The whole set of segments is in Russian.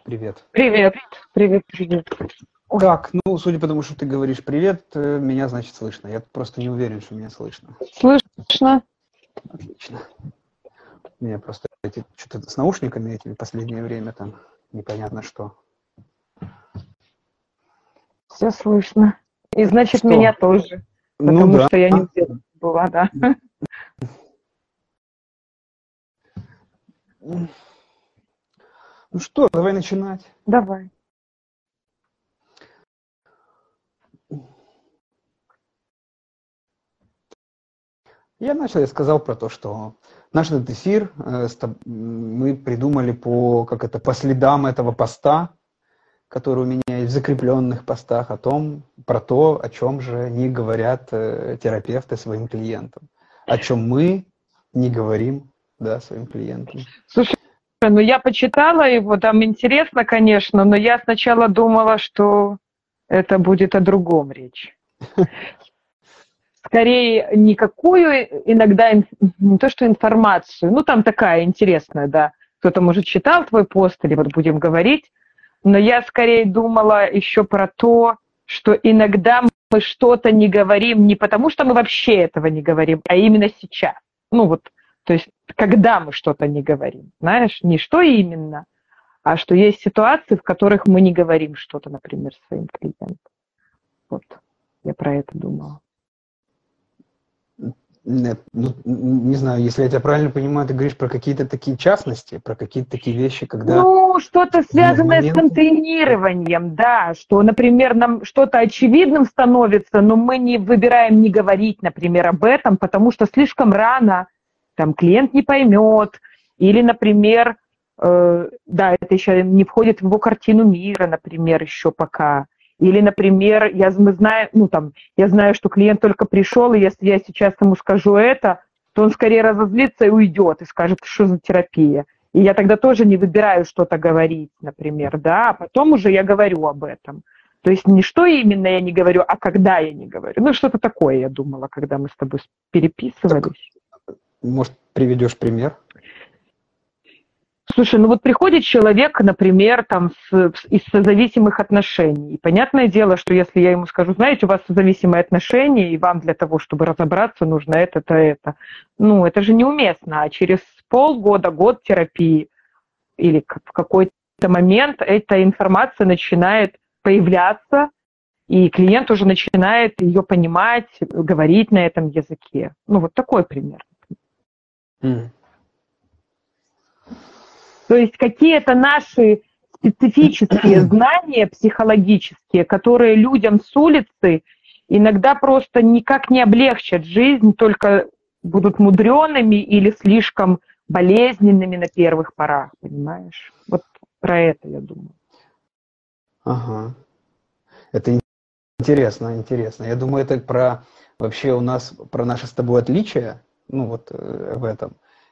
Привет. Привет, привет, привет. Ой, Так, ну, судя по тому, что ты говоришь привет, меня, значит, слышно. Я просто не уверен, что меня слышно. слышно? Отлично. У меня просто что-то с наушниками этими в последнее время там непонятно что. Все слышно. И значит, меня Что? тоже, Ну потому да. что я не уверена была, да. Ну что, давай начинать. Давай. Я сказал про то, что наш этот эфир мы придумали по следам этого поста, который у меня есть в закрепленных постах, про то, о чем же не говорят терапевты своим клиентам, о чем мы не говорим, да, своим клиентам. Слушай, ну я почитала его, там интересно, конечно, но я сначала думала, что это будет о другом речь. Скорее, никакую иногда, не то что информацию, ну там такая интересная, да, кто-то, может, читал твой пост, или вот будем говорить, но я скорее думала еще про то, что иногда мы что-то не говорим не потому, что мы вообще этого не говорим, а именно сейчас. Ну вот, то есть, когда мы что-то не говорим, знаешь, не что именно, а что есть ситуации, в которых мы не говорим что-то, например, своим клиентам. Вот, я про это думала. Нет, ну, не знаю, если я тебя правильно понимаю, ты говоришь про какие-то такие частности, про какие-то такие вещи, когда... Ну, что-то в связанное с момент... контейнированием, да, что, например, нам что-то очевидным становится, но мы не выбираем не говорить, например, об этом, потому что слишком рано, там, клиент не поймет, или, например, да, это еще не входит в его картину мира, например, еще пока. Или, например, я знаю, что клиент только пришел, и если я сейчас ему скажу это, то он скорее разозлится и уйдет, и скажет, что за терапия. И я тогда тоже не выбираю что-то говорить, например, да, а потом уже я говорю об этом. То есть не что именно я не говорю, а когда я не говорю. Ну, что-то такое я думала, когда мы с тобой переписывались. Так, может, приведешь пример? Слушай, ну вот приходит человек, например, там из созависимых отношений. И понятное дело, что если я ему скажу, знаете, у вас созависимые отношения, и вам для того, чтобы разобраться, нужно это. Ну, это же неуместно. А через полгода, год терапии или в какой-то момент эта информация начинает появляться, и клиент уже начинает ее понимать, говорить на этом языке. Ну, вот такой пример. То есть какие-то наши специфические знания психологические, которые людям с улицы иногда просто никак не облегчат жизнь, только будут мудреными или слишком болезненными на первых порах, понимаешь? Вот про это я думаю. Ага. Это интересно. Я думаю, это вообще у нас про наше с тобой отличие, ну вот в этом.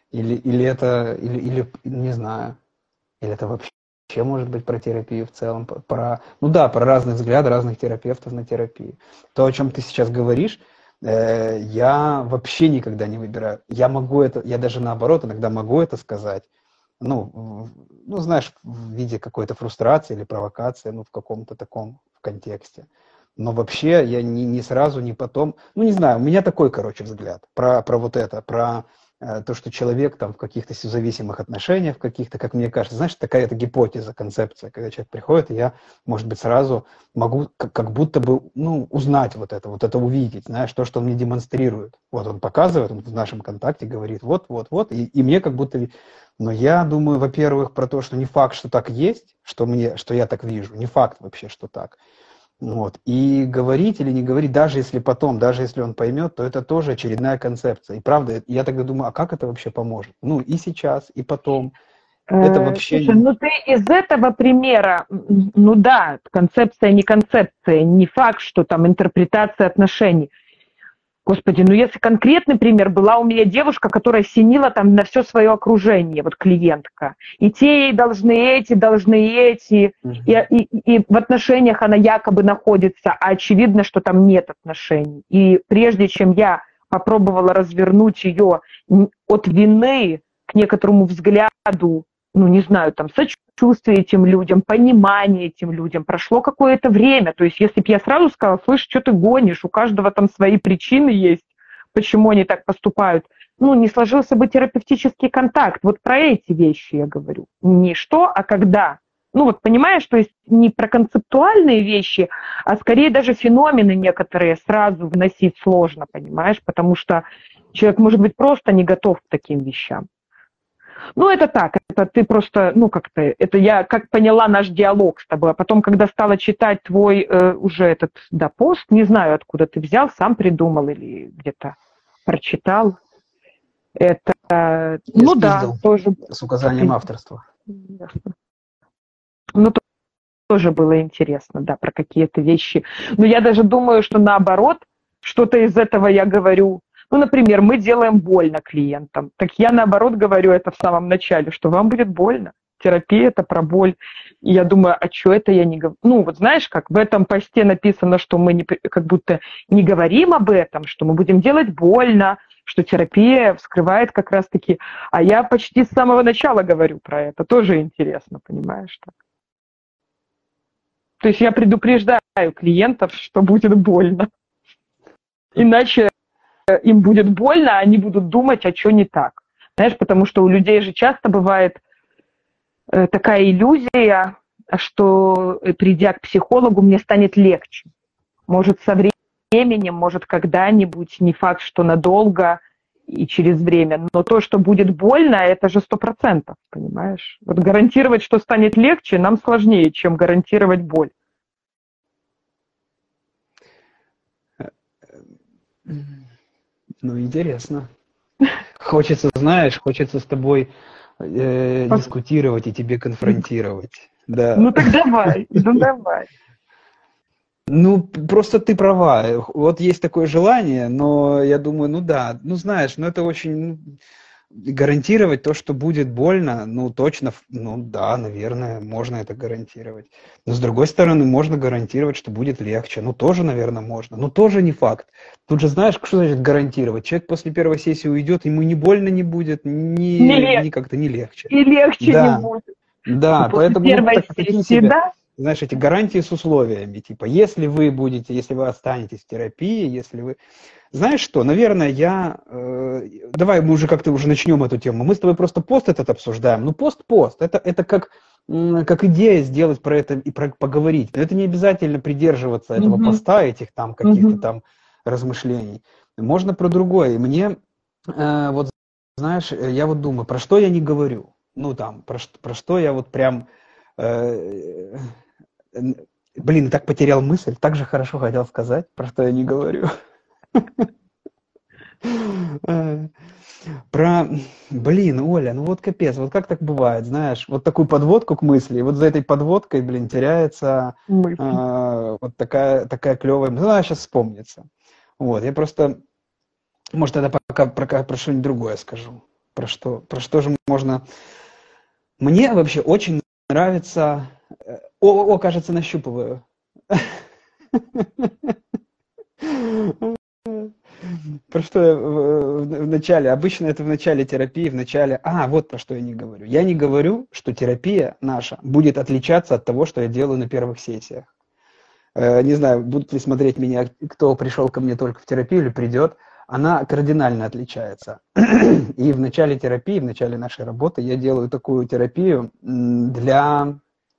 Или не знаю, или это вообще может быть про терапию в целом, про разные взгляды разных терапевтов на терапию. То, о чем ты сейчас говоришь, я вообще никогда не выбираю. Я даже наоборот иногда могу это сказать, знаешь, в виде какой-то фрустрации или провокации, в каком-то таком контексте. Но вообще я не сразу, не потом, не знаю, у меня такой, взгляд про вот это, про то, что человек там в каких-то созависимых отношениях, как мне кажется, знаешь, такая-то гипотеза, концепция, когда человек приходит, и я, может быть, сразу могу как будто бы, узнать вот это увидеть, знаешь, то, что он мне демонстрирует. Вот он показывает, он в нашем контакте говорит, вот, и мне как будто... Но я думаю, во-первых, про то, что не факт, что так есть, что я так вижу, не факт вообще, что так. Вот. И говорить или не говорить, даже если он поймет, то это тоже очередная концепция. И правда, я тогда думаю, а как это вообще поможет? И сейчас, и потом. Это вообще... Слушай, ты из этого примера, концепция, не факт, что там интерпретация отношений. Господи, если конкретный пример, была у меня девушка, которая синила там на все свое окружение, вот клиентка. И те ей должны эти. И в отношениях она якобы находится, а очевидно, что там нет отношений. И прежде чем я попробовала развернуть ее от вины к некоторому взгляду ну, не знаю, там, сочувствие этим людям, понимание этим людям. Прошло какое-то время. То есть, если бы я сразу сказала, слышь, что ты гонишь, у каждого там свои причины есть, почему они так поступают, ну, не сложился бы терапевтический контакт. Вот про эти вещи я говорю. Не что, а когда. Ну, вот понимаешь, то есть не про концептуальные вещи, а скорее даже феномены некоторые сразу вносить сложно, понимаешь, потому что человек, может быть, просто не готов к таким вещам. Ну, это так, это ты просто, ну, как-то, это я как поняла наш диалог с тобой, а потом, когда стала читать твой уже этот, да, пост, не знаю, откуда ты взял, сам придумал или где-то прочитал, это, Я ну, да, спиздил тоже, с указанием авторства. ну, тоже было интересно, да, про какие-то вещи. Но я даже думаю, что наоборот, что-то из этого я говорю. Ну, например, мы делаем больно клиентам. Так я наоборот говорю это в самом начале, что вам будет больно. Терапия – это про боль. И я думаю, а что это я не говорю? Ну, вот знаешь, как в этом посте написано, что мы не, как будто не говорим об этом, что мы будем делать больно, что терапия вскрывает как раз-таки. А я почти с самого начала говорю про это. Тоже интересно, понимаешь? Так? То есть я предупреждаю клиентов, что будет больно. Иначе им будет больно, а они будут думать, а что не так. Знаешь, потому что у людей же часто бывает такая иллюзия, что придя к психологу, мне станет легче. Может, со временем, может, когда-нибудь, не факт, что надолго и через время, но то, что будет больно, это же 100%, понимаешь? Вот гарантировать, что станет легче, нам сложнее, чем гарантировать боль. Ну, интересно. Хочется, знаешь, хочется с тобой дискутировать и тебе конфронтировать. Да. Ну так давай, ну давай. Ну, просто ты права. Вот есть такое желание, но я думаю, ну да, ну знаешь, ну это очень... Ну, гарантировать то, что будет больно, ну точно, ну да, наверное, можно это гарантировать. Но с другой стороны, можно гарантировать, что будет легче. Ну тоже, наверное, можно. Но тоже не факт. Тут же знаешь, что значит гарантировать? Человек после первой сессии уйдет, ему ни больно не будет, ни как-то не легче. И легче да. не будет. Да, после поэтому первой такие сессии, себе, да? знаешь, эти гарантии с условиями, типа, если вы останетесь в терапии, если вы... Знаешь что, наверное, давай мы уже как-то уже начнем эту тему. Мы с тобой просто пост этот обсуждаем. Ну, пост. Это как идея сделать про это и поговорить. Но это не обязательно придерживаться этого поста, этих там каких-то там размышлений. Можно про другое. И мне, вот, знаешь, я вот думаю, про что я не говорю. Ну, там, про что я вот прям... Блин, так потерял мысль. Так же хорошо хотел сказать, про что я не говорю. Блин, Оля, ну вот капец, вот как так бывает, знаешь, вот такую подводку к мысли, и вот за этой подводкой, блин, теряется вот такая клевая, ну, она сейчас вспомнится. Вот, я просто, может, это пока про что-нибудь другое скажу, про что же можно... Мне вообще очень нравится... кажется, нащупываю. Про что я в начале, обычно это в начале терапии, вот про что я не говорю. Я не говорю, что терапия наша будет отличаться от того, что я делаю на первых сессиях. Не знаю, будут ли смотреть меня, кто пришел ко мне только в терапию или придет, она кардинально отличается. И в начале терапии, в начале нашей работы я делаю такую терапию для...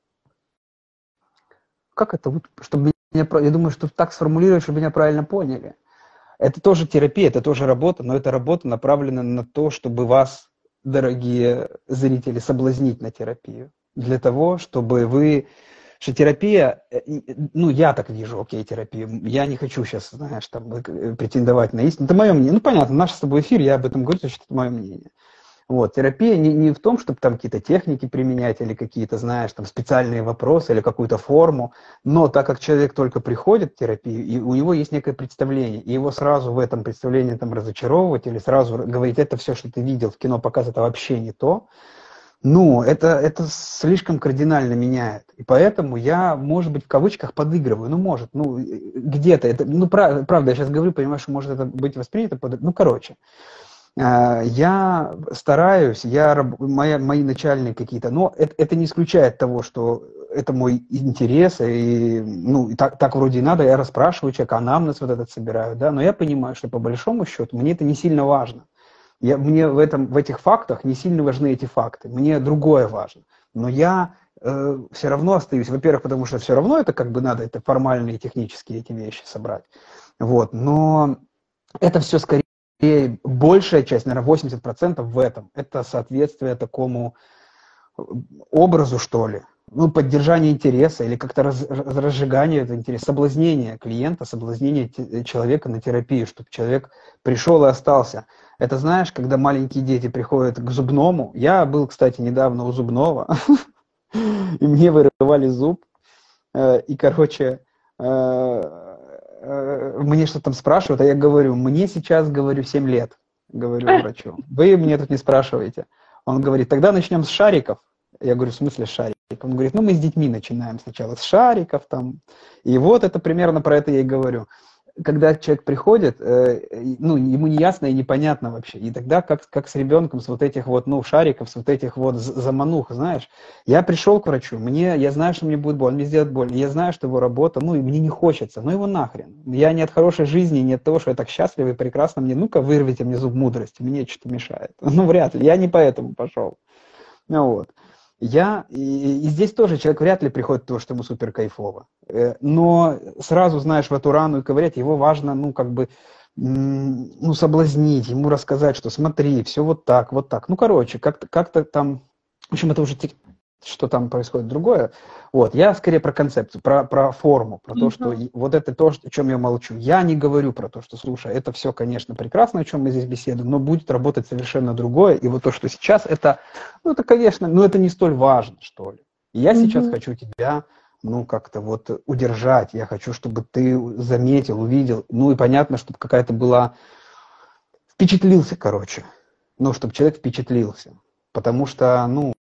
Как это? Чтобы меня... Я думаю, что так сформулировать, чтобы меня правильно поняли. Это тоже терапия, это тоже работа, но эта работа направлена на то, чтобы вас, дорогие зрители, соблазнить на терапию. Для того, чтобы вы... Что терапия, ну, я так вижу, терапию. Я не хочу сейчас, знаешь, там, претендовать на истину. Это мое мнение. Ну, понятно, наш с тобой эфир, я об этом говорю, что это мое мнение. Вот, терапия не в том, чтобы там какие-то техники применять или какие-то, знаешь, там специальные вопросы или какую-то форму, но так как человек только приходит в терапию, и у него есть некое представление, и его сразу в этом представлении там разочаровывать или сразу говорить, это все, что ты видел в кино, показ, это вообще не то, ну, это слишком кардинально меняет. И поэтому я, может быть, в кавычках подыгрываю, где-то, это, правда, я сейчас говорю, понимаю, что может это быть воспринято, короче. Я стараюсь, мои начальные какие-то, но это не исключает того, что это мой интерес, и, ну, и так вроде и надо, я расспрашиваю человека, анамнез вот этот собираю, да, но я понимаю, что по большому счету мне это не сильно важно. Мне в этих фактах не сильно важны эти факты, мне другое важно. Но я все равно остаюсь, во-первых, потому что все равно это как бы надо, это формальные технические эти вещи собрать, вот, но это все скорее, большая часть, наверное, 80% в этом, это соответствие такому образу, что ли, ну, поддержание интереса или как-то разжигание этого интереса, соблазнение клиента, соблазнение человека на терапию, чтобы человек пришел и остался. Это знаешь, когда маленькие дети приходят к зубному. Я был, кстати, недавно у зубного, и мне вырывали зуб, и, короче, мне что-то там спрашивают, а я говорю, мне сейчас, говорю, 7 лет, говорю врачу. Вы мне тут не спрашиваете. Он говорит, тогда начнем с шариков. Я говорю, в смысле шариков? Он говорит, ну мы с детьми начинаем сначала с шариков там. И вот это примерно про это я и говорю. Когда человек приходит, ну, ему не ясно и непонятно вообще. И тогда, как с ребенком, с вот этих вот, ну, шариков, с вот этих вот заманух, знаешь. Я пришел к врачу, я знаю, что мне будет больно, мне сделают больно. Я знаю, что его работа, ну, и мне не хочется, ну, его нахрен. Я не от хорошей жизни, не от того, что я так счастлив и прекрасно, мне, ну-ка, вырвите мне зуб мудрости, мне что-то мешает. Ну, вряд ли, я не поэтому пошел. Ну, вот. И здесь тоже человек вряд ли приходит то, что ему супер кайфово. Но сразу, знаешь, в эту рану и ковырять, его важно, ну, как бы, ну, соблазнить, ему рассказать, что смотри, все вот так, вот так. Ну, короче, как-то там, в общем, это уже что там происходит другое. Вот, я скорее про концепцию, про форму, про то, что вот это то, о чем я молчу. Я не говорю про то, что, слушай, это все, конечно, прекрасно, о чем мы здесь беседуем, но будет работать совершенно другое. И вот то, что сейчас, это, ну, это, конечно, но это не столь важно, что ли. И я сейчас хочу тебя, ну, как-то вот удержать. Я хочу, чтобы ты заметил, увидел. Ну, и понятно, чтобы какая-то была... Впечатлился, короче. Ну, чтобы человек впечатлился. Потому что, ну,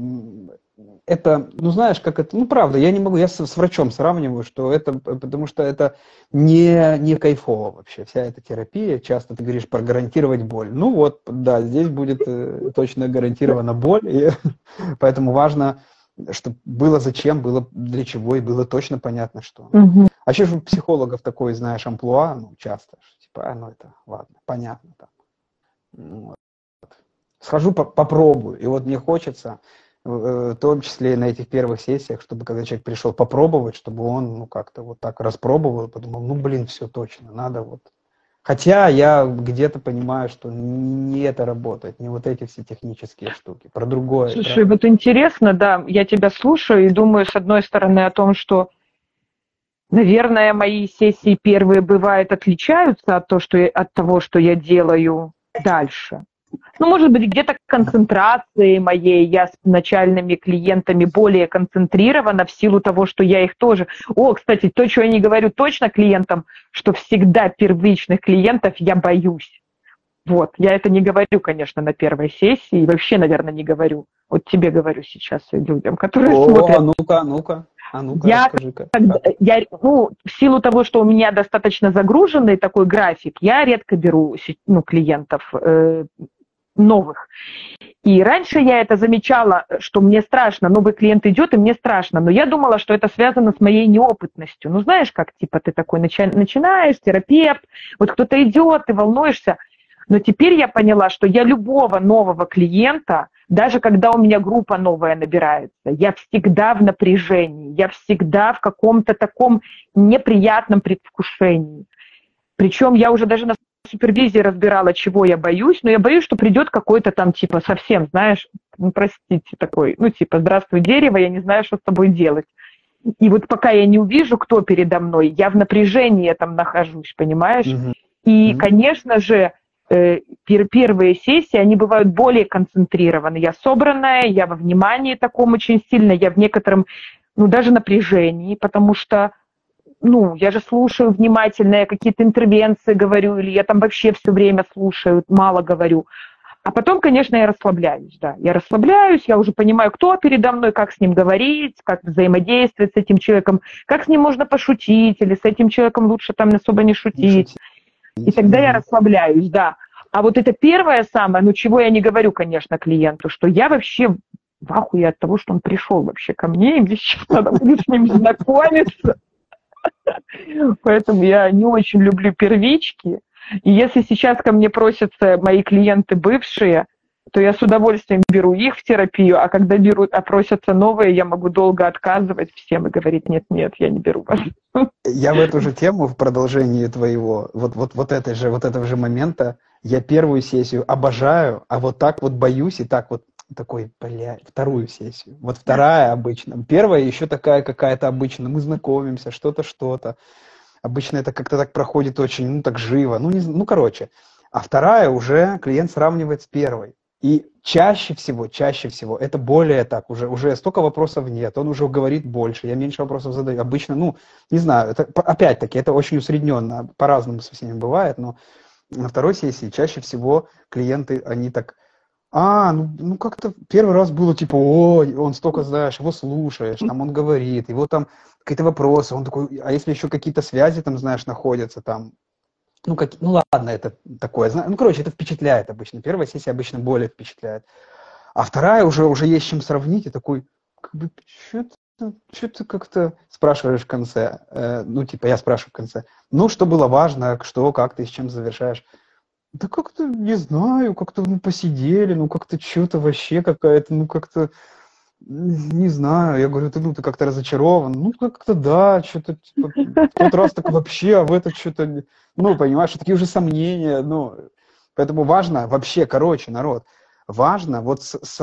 это, ну, знаешь, как это, ну, правда, я не могу, я с врачом сравниваю, что это, потому что это не кайфово вообще, вся эта терапия, часто ты говоришь про гарантировать боль, ну вот, да, здесь будет точно гарантирована боль, и поэтому важно, чтобы было зачем, было для чего, и было точно понятно, что. А еще же у психологов такой, знаешь, амплуа, ну, часто, типа, ну, это, ладно, понятно, там. Вот. Схожу, попробую, и вот мне хочется, в том числе и на этих первых сессиях, чтобы когда человек пришел попробовать, чтобы он, ну, как-то вот так распробовал и подумал, ну, блин, все точно, надо вот. Хотя я где-то понимаю, что не это работает, не вот эти все технические штуки, про другое. Слушай, вот интересно, да, я тебя слушаю и думаю, с одной стороны, о том, что, наверное, мои сессии первые, бывают, отличаются от того, что я делаю дальше. Ну, может быть, где-то к концентрации моей, я с начальными клиентами более концентрирована в силу того, что я их тоже... О, кстати, то, что я не говорю точно клиентам, что всегда первичных клиентов я боюсь. Вот, я это не говорю, конечно, на первой сессии, и вообще, наверное, не говорю. Вот тебе говорю сейчас людям, которые смотрят. Ну-ка, расскажи-ка. Ну, в силу того, что у меня достаточно загруженный такой график, я редко беру, ну, клиентов новых. И раньше я это замечала, что мне страшно, новый клиент идет, и мне страшно, но я думала, что это связано с моей неопытностью. Ну, знаешь, как, типа, ты такой начинаешь, терапевт, вот кто-то идет, ты волнуешься. Но теперь я поняла, что я любого нового клиента, даже когда у меня группа новая набирается, я всегда в напряжении, я всегда в каком-то таком неприятном предвкушении. Причем я уже даже на супервизии разбирала, чего я боюсь, но я боюсь, что придет какой-то там, типа, совсем, знаешь, ну, простите, такой, ну, типа, здравствуй, дерево, я не знаю, что с тобой делать. И вот пока я не увижу, кто передо мной, я в напряжении там нахожусь, понимаешь? И, конечно же, первые сессии, они бывают более концентрированы. Я собранная, я во внимании таком очень сильно, я в некотором, ну, даже напряжении, потому что, ну, я же слушаю внимательно, я какие-то интервенции говорю, или я там вообще все время слушаю, мало говорю. А потом, конечно, я расслабляюсь, да. Я расслабляюсь, я уже понимаю, кто передо мной, как с ним говорить, как взаимодействовать с этим человеком, как с ним можно пошутить, или с этим человеком лучше там особо не шутить. И тогда я расслабляюсь, да. А вот это первое самое, ну чего я не говорю, конечно, клиенту, что я вообще в ахуе от того, что он пришел вообще ко мне, и мне сейчас надо будет с ним знакомиться. Поэтому я не очень люблю первички. И если сейчас ко мне просятся мои клиенты бывшие, то я с удовольствием беру их в терапию, а когда просятся новые, я могу долго отказывать всем и говорить, нет, я не беру вас. Я в эту же тему, в продолжении твоего, вот этого же момента, я первую сессию обожаю, а вот так вот боюсь, и так вот такой, вторую сессию. Вот вторая обычно. Первая еще такая какая-то обычно, мы знакомимся, что-то. Обычно это как-то так проходит очень, ну, так живо. Короче. А вторая уже клиент сравнивает с первой. И чаще всего, это более так, уже столько вопросов нет, он уже говорит больше, я меньше вопросов задаю. Обычно, не знаю, опять-таки, это очень усредненно, по-разному со всеми бывает, но на второй сессии чаще всего клиенты, они так, как-то первый раз было типа, он столько, знаешь, его слушаешь, там он говорит, его там какие-то вопросы, он такой, а если еще какие-то связи там, знаешь, находятся там, ладно, это такое, короче, это впечатляет обычно, первая сессия обычно более впечатляет, а вторая уже есть с чем сравнить, и такой, что ты как-то спрашиваешь в конце, я спрашиваю в конце, что было важно, как ты, с чем завершаешь. Да как-то, не знаю, как-то посидели, как-то что-то вообще какая-то, как-то, не знаю. Я говорю, ты как-то разочарован. Как-то да, что-то, типа, в тот раз так вообще, а в этот что-то, понимаешь, такие уже сомнения, Поэтому важно вообще, народ, важно вот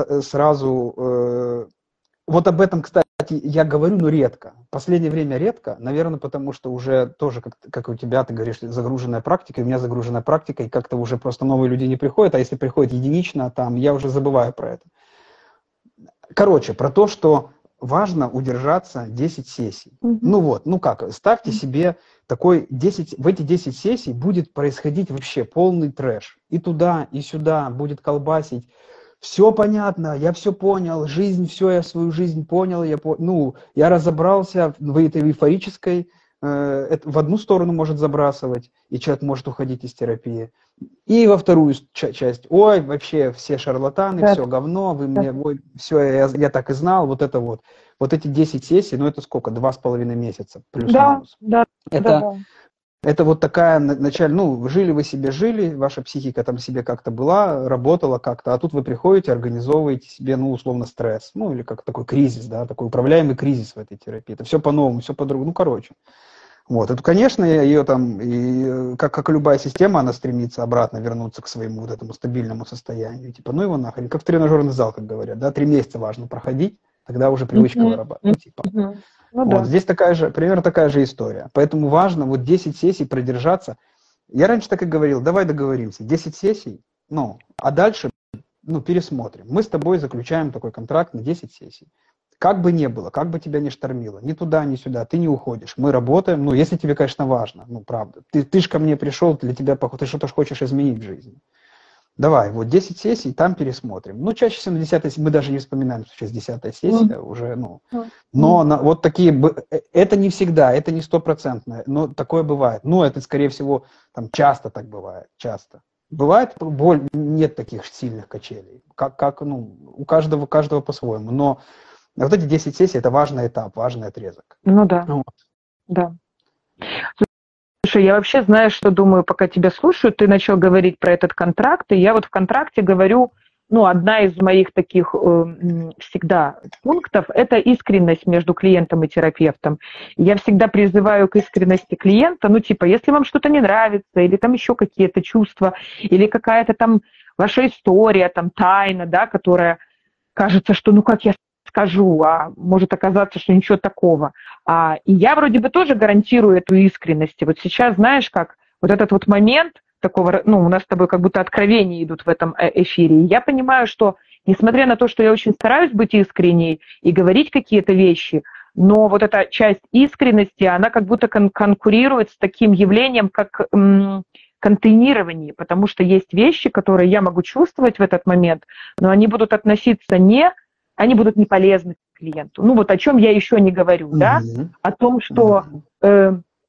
сразу, вот об этом, кстати, я говорю, но редко. В последнее время редко, наверное, потому что уже тоже, как у тебя, ты говоришь, загруженная практика, у меня загруженная практика, и как-то уже просто новые люди не приходят, а если приходят единично, там, я уже забываю про это. Короче, про то, что важно удержаться 10 сессий. Ставьте себе такой 10, в эти 10 сессий будет происходить вообще полный трэш. И туда, и сюда будет колбасить. Все понятно, я все понял, я свою жизнь понял, я разобрался в этой эйфорической, в одну сторону может забрасывать, и человек может уходить из терапии. И во вторую часть, вообще все шарлатаны, все говно, вы мне, все, я так и знал, вот это вот. Вот эти 10 сессий, это сколько? 2,5 месяца, плюс-минус. Да. Это вот такая жили вы себе, ваша психика там себе как-то была, работала как-то, а тут вы приходите, организовываете себе, условно, стресс, или как такой кризис, да, такой управляемый кризис в этой терапии. Это все по-новому, все по-другому, Вот, это, конечно, ее там, и как любая система, она стремится обратно вернуться к своему вот этому стабильному состоянию. Типа, его нахрен, как в тренажерный зал, как говорят, да, 3 месяца важно проходить, тогда уже привычка вырабатывается. Здесь примерно такая же история. Поэтому важно вот 10 сессий продержаться. Я раньше так и говорил, давай договоримся, 10 сессий, а дальше, пересмотрим. Мы с тобой заключаем такой контракт на 10 сессий. Как бы ни было, как бы тебя ни штормило, ни туда, ни сюда, ты не уходишь. Мы работаем, если тебе, конечно, важно, правда. Ты ж ко мне пришел, для тебя, ты что-то хочешь изменить в жизни. Давай, 10 сессий, там пересмотрим. Чаще всего на 10-й мы даже не вспоминаем, что сейчас 10-я сессия уже, но вот такие, это не всегда, это не 100%, но такое бывает. Это, скорее всего, там часто так бывает, часто. Бывает боль, нет таких сильных качелей, у каждого по-своему, но вот эти 10 сессий – это важный этап, важный отрезок. Да. Слушай, я вообще, знаешь, что думаю, пока тебя слушаю, ты начал говорить про этот контракт, и я вот в контракте говорю, одна из моих таких всегда пунктов – это искренность между клиентом и терапевтом. Я всегда призываю к искренности клиента, если вам что-то не нравится, или там еще какие-то чувства, или какая-то там ваша история, там тайна, да, которая кажется, что как я скажу, а может оказаться, что ничего такого. И я вроде бы тоже гарантирую эту искренность. И вот сейчас, знаешь, как вот этот вот момент такого, у нас с тобой как будто откровения идут в этом эфире. И я понимаю, что несмотря на то, что я очень стараюсь быть искренней и говорить какие-то вещи, но вот эта часть искренности, она как будто конкурирует с таким явлением, как контейнирование, потому что есть вещи, которые я могу чувствовать в этот момент, но они будут относиться они будут не полезны клиенту. О чем я еще не говорю, да? О том, что я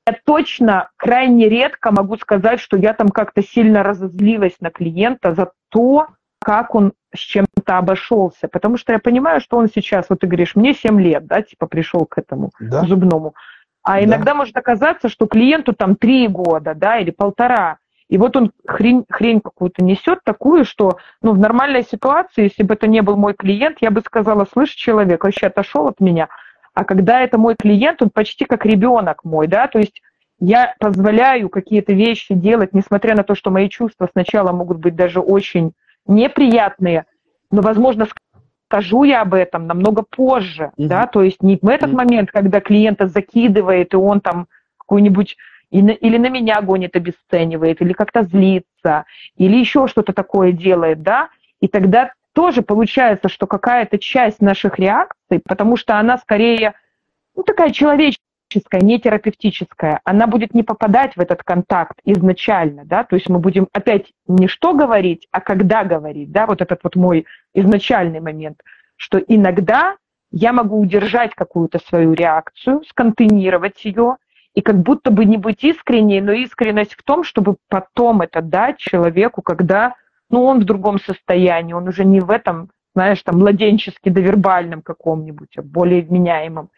точно крайне редко могу сказать, что я там как-то сильно разозлилась на клиента за то, как он с чем-то обошелся. Потому что я понимаю, что он сейчас, вот ты говоришь, мне 7 лет, да, типа пришел к этому зубному. А иногда может оказаться, что клиенту там 3 года, да, или 1,5. И вот он хрень какую-то несет такую, что, ну, в нормальной ситуации, если бы это не был мой клиент, я бы сказала, слышь, человек вообще отошел от меня. А когда это мой клиент, он почти как ребенок мой, да, то есть я позволяю какие-то вещи делать, несмотря на то, что мои чувства сначала могут быть даже очень неприятные, но, возможно, скажу я об этом намного позже, да, то есть не в этот момент, когда клиента закидывает, и он там какую-нибудь или на меня гонит, обесценивает, или как-то злится, или еще что-то такое делает, да, и тогда тоже получается, что какая-то часть наших реакций, потому что она скорее, ну, такая человеческая, не терапевтическая, она будет не попадать в этот контакт изначально, да, то есть мы будем опять не что говорить, а когда говорить, да, вот этот вот мой изначальный момент, что иногда я могу удержать какую-то свою реакцию, сконтейнировать ее, и как будто бы не быть искренней, но искренность в том, чтобы потом это дать человеку, когда, ну, он в другом состоянии, он уже не в этом, знаешь, там, младенчески довербальном каком-нибудь, а более вменяемом.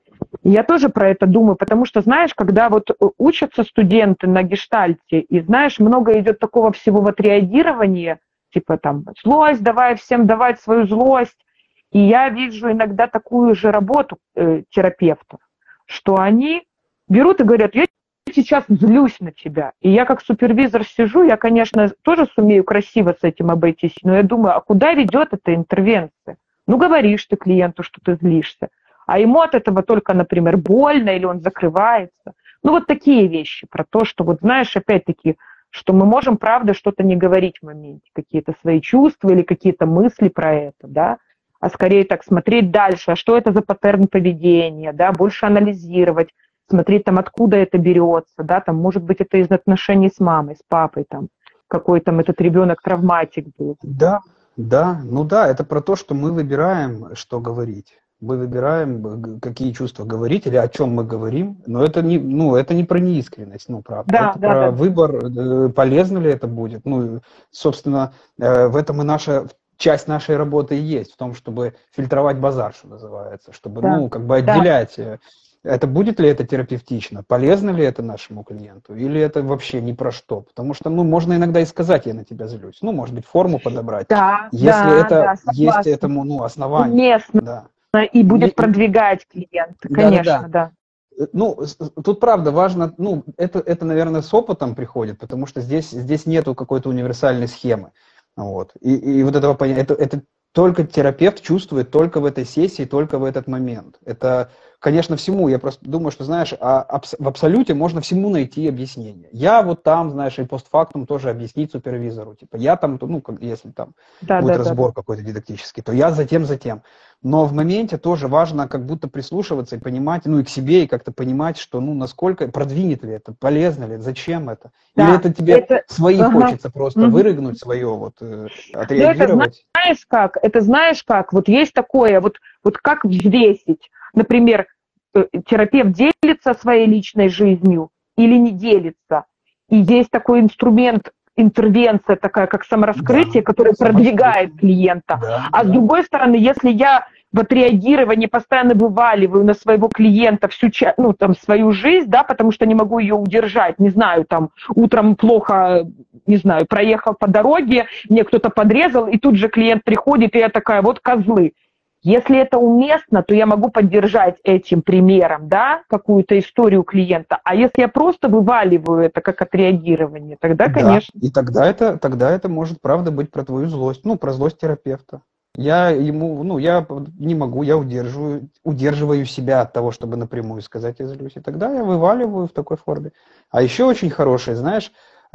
И я тоже про это думаю, потому что, знаешь, когда вот учатся студенты на гештальте, и, знаешь, много идет такого всего в отреагировании, типа там, злость, давай всем давать свою злость, и я вижу иногда такую же работу терапевтов, что они берут и говорят, я сейчас злюсь на тебя. И я как супервизор сижу, я, конечно, тоже сумею красиво с этим обойтись, но я думаю, а куда ведет эта интервенция? Ну, говоришь ты клиенту, что ты злишься, а ему от этого только, например, больно, или он закрывается. Ну, вот такие вещи про то, что, вот знаешь, опять-таки, что мы можем, правда, что-то не говорить в моменте, какие-то свои чувства или какие-то мысли про это, да, а скорее так смотреть дальше, а что это за паттерн поведения, да, больше анализировать, смотреть там, откуда это берется, да, там, может быть, это из отношений с мамой, с папой, там, какой там этот ребенок травматик был. Да, ну да, это про то, что мы выбираем, что говорить. Мы выбираем, какие чувства говорить или о чем мы говорим, но это не, ну, это не про неискренность, ну, правда. Да, это да, про да. выбор, полезно ли это будет. Ну, собственно, в этом и часть нашей работы и есть, в том, чтобы фильтровать базар, что называется, чтобы, Да, ну, как бы да. отделять, это будет ли это терапевтично, полезно ли это нашему клиенту, или это вообще ни про что. Потому что, ну, можно иногда и сказать, я на тебя злюсь. Ну, может быть, форму подобрать, Да, если это да, есть этому, ну, основание. Уместно. Да. И будет продвигать клиента, конечно, да. Ну, тут правда важно, ну, это, наверное, с опытом приходит, потому что здесь нету какой-то универсальной схемы. Вот. И вот этого понятия, это только терапевт чувствует только в этой сессии, только в этот момент. Это, конечно, всему. Я просто думаю, что, знаешь, в абсолюте можно всему найти объяснение. Я вот там, знаешь, и постфактум тоже объяснить супервизору. Типа я там, ну, если там будет разбор какой-то дидактический, то я затем. Но в моменте тоже важно как будто прислушиваться и понимать, ну и к себе, и как-то понимать, что, ну, насколько, продвинет ли это, полезно ли, зачем это. Да, или это тебе свои хочется просто вырыгнуть, свое, вот, отреагировать. Это знаешь как, вот есть такое, вот как взвесить, например, терапевт делится своей личной жизнью или не делится. И есть такой инструмент, интервенция такая, как самораскрытие, которая продвигает клиента. А с другой стороны, если я в отреагировании постоянно вываливаю на своего клиента свою жизнь, да, потому что не могу ее удержать, не знаю, там, утром плохо, не знаю, проехал по дороге, мне кто-то подрезал, и тут же клиент приходит, и я такая, вот козлы. Если это уместно, то я могу поддержать этим примером, да, какую-то историю клиента. А если я просто вываливаю это как отреагирование, тогда, конечно. И тогда это может, правда, быть про твою злость, ну, про злость терапевта. Я не могу, я удерживаю себя от того, чтобы напрямую сказать «я злюсь». И тогда я вываливаю в такой форме. А еще очень хороший, знаешь,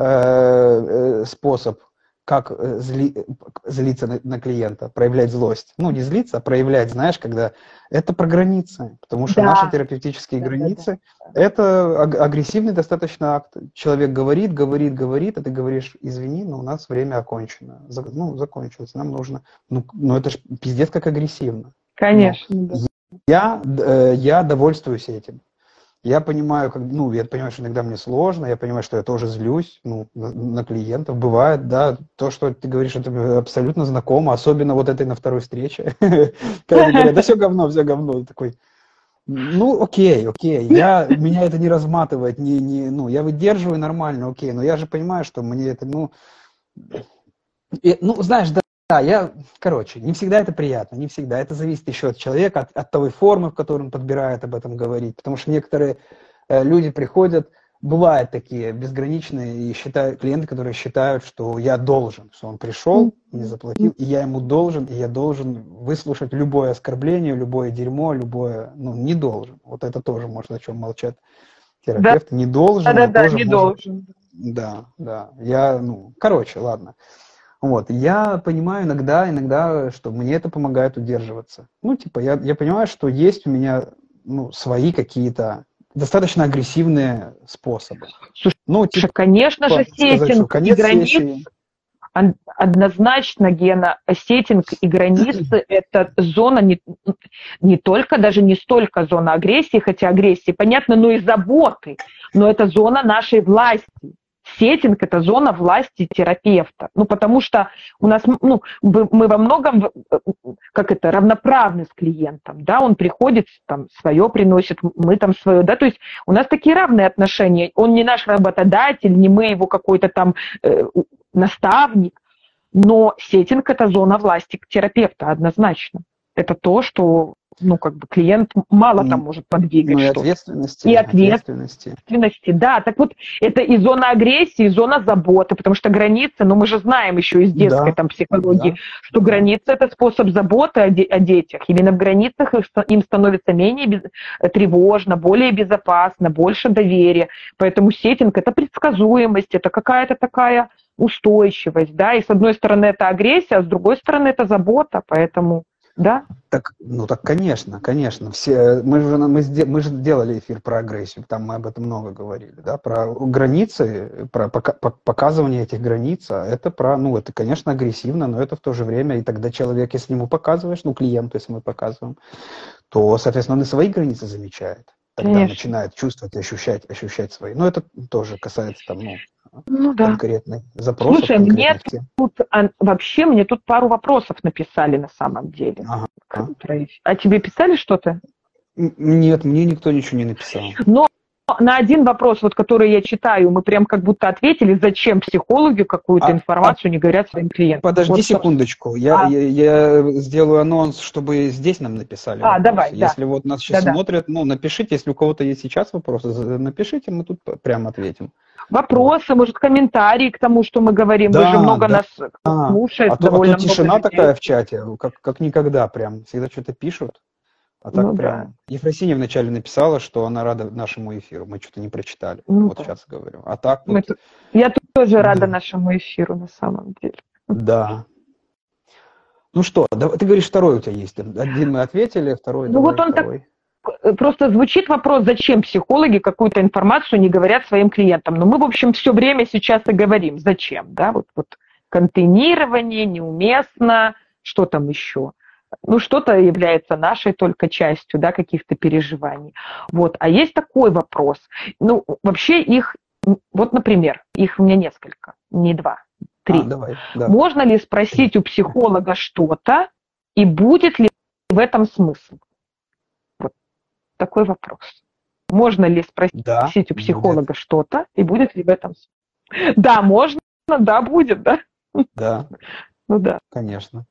способ, как злиться на клиента, проявлять злость. Ну, не злиться, а проявлять, знаешь, когда это про границы. Потому что наши терапевтические границы – это агрессивный достаточно акт. Человек говорит, а ты говоришь, извини, но у нас время окончено. Ну, закончилось, нам нужно. Ну это ж пиздец как агрессивно. Конечно. Я довольствуюсь этим. Я понимаю, я понимаю, что иногда мне сложно, я понимаю, что я тоже злюсь, на клиентов. Бывает, да, то, что ты говоришь, это абсолютно знакомо, особенно вот этой на второй встрече, когда говорят, да все говно, такой, окей, меня это не разматывает, я выдерживаю нормально, окей, но я же понимаю, что мне это, знаешь, не всегда это приятно, не всегда. Это зависит еще от человека, от той формы, в которой он подбирает об этом говорить. Потому что некоторые люди приходят, бывают такие безграничные и клиенты, которые считают, что я должен, что он пришел, не заплатил, и я ему должен, и я должен выслушать любое оскорбление, любое дерьмо, не должен. Вот это тоже может, о чем молчат терапевты. Да. Не должен, да, не должен. Да. Ладно. Вот, я понимаю иногда, что мне это помогает удерживаться. Я понимаю, что есть у меня, свои какие-то достаточно агрессивные способы. Слушай, конечно же, сеттинг и границы, однозначно, Гена, сеттинг и границы – это зона не только, даже не столько зона агрессии, хотя агрессии, понятно, но и заботы, но это зона нашей власти. Сеттинг – это зона власти терапевта. Потому что у нас, мы во многом, равноправны с клиентом, да, он приходит, свое приносит, мы свое, да, то есть у нас такие равные отношения. Он не наш работодатель, не мы его какой-то наставник, но сеттинг – это зона власти терапевта, однозначно. Это то, что клиент мало там может подвигать. И ответственности. Да, так вот, это и зона агрессии, и зона заботы, потому что границы, мы же знаем еще из детской психологии, что границы – это способ заботы о детях. Именно в границах им становится менее тревожно, более безопасно, больше доверия. Поэтому сеттинг – это предсказуемость, это какая-то такая устойчивость, да, и с одной стороны это агрессия, а с другой стороны это забота, поэтому... Да? Так, конечно. Мы же делали эфир про агрессию, там мы об этом много говорили, да, про границы, про показывание этих границ, это это, конечно, агрессивно, но это в то же время, и тогда человек, если ему показываешь, клиенту, если мы показываем, то, соответственно, он и свои границы замечает, тогда начинает чувствовать и ощущать свои. Это тоже касается конкретных запросов. Слушай, мне тут пару вопросов написали на самом деле. Ага. А тебе писали что-то? Нет, мне никто ничего не написал. Но на один вопрос, который я читаю, мы прям как будто ответили, зачем психологи какую-то информацию не говорят своим клиентам. Подожди секундочку, я сделаю анонс, чтобы здесь нам написали вопросы. Давай, если нас сейчас смотрят, напишите, если у кого-то есть сейчас вопросы, напишите, мы тут прямо ответим. Вопросы, может, комментарии к тому, что мы говорим. Вы же много нас слушает. А то тишина такая в чате, как никогда прям. Всегда что-то пишут. А так прям. Ефросинья вначале написала, что она рада нашему эфиру. Мы что-то не прочитали. Сейчас говорю. А так я тоже рада нашему эфиру, на самом деле. Да. Что, ты говоришь, второй у тебя есть. Один мы ответили, второй второй. Просто звучит вопрос, зачем психологи какую-то информацию не говорят своим клиентам. Но мы, в общем, все время сейчас и говорим, зачем, да, вот контейнирование неуместно, что там еще. Что-то является нашей только частью, да, каких-то переживаний. А есть такой вопрос. Вообще их, например, их у меня несколько, не 2, 3. Давай, да. Можно ли спросить у психолога что-то, и будет ли в этом смысл? Такой вопрос. Можно ли спросить у психолога что-то, и будет ли в этом смысл? Да, можно, да, будет, да? Да. Да. Конечно.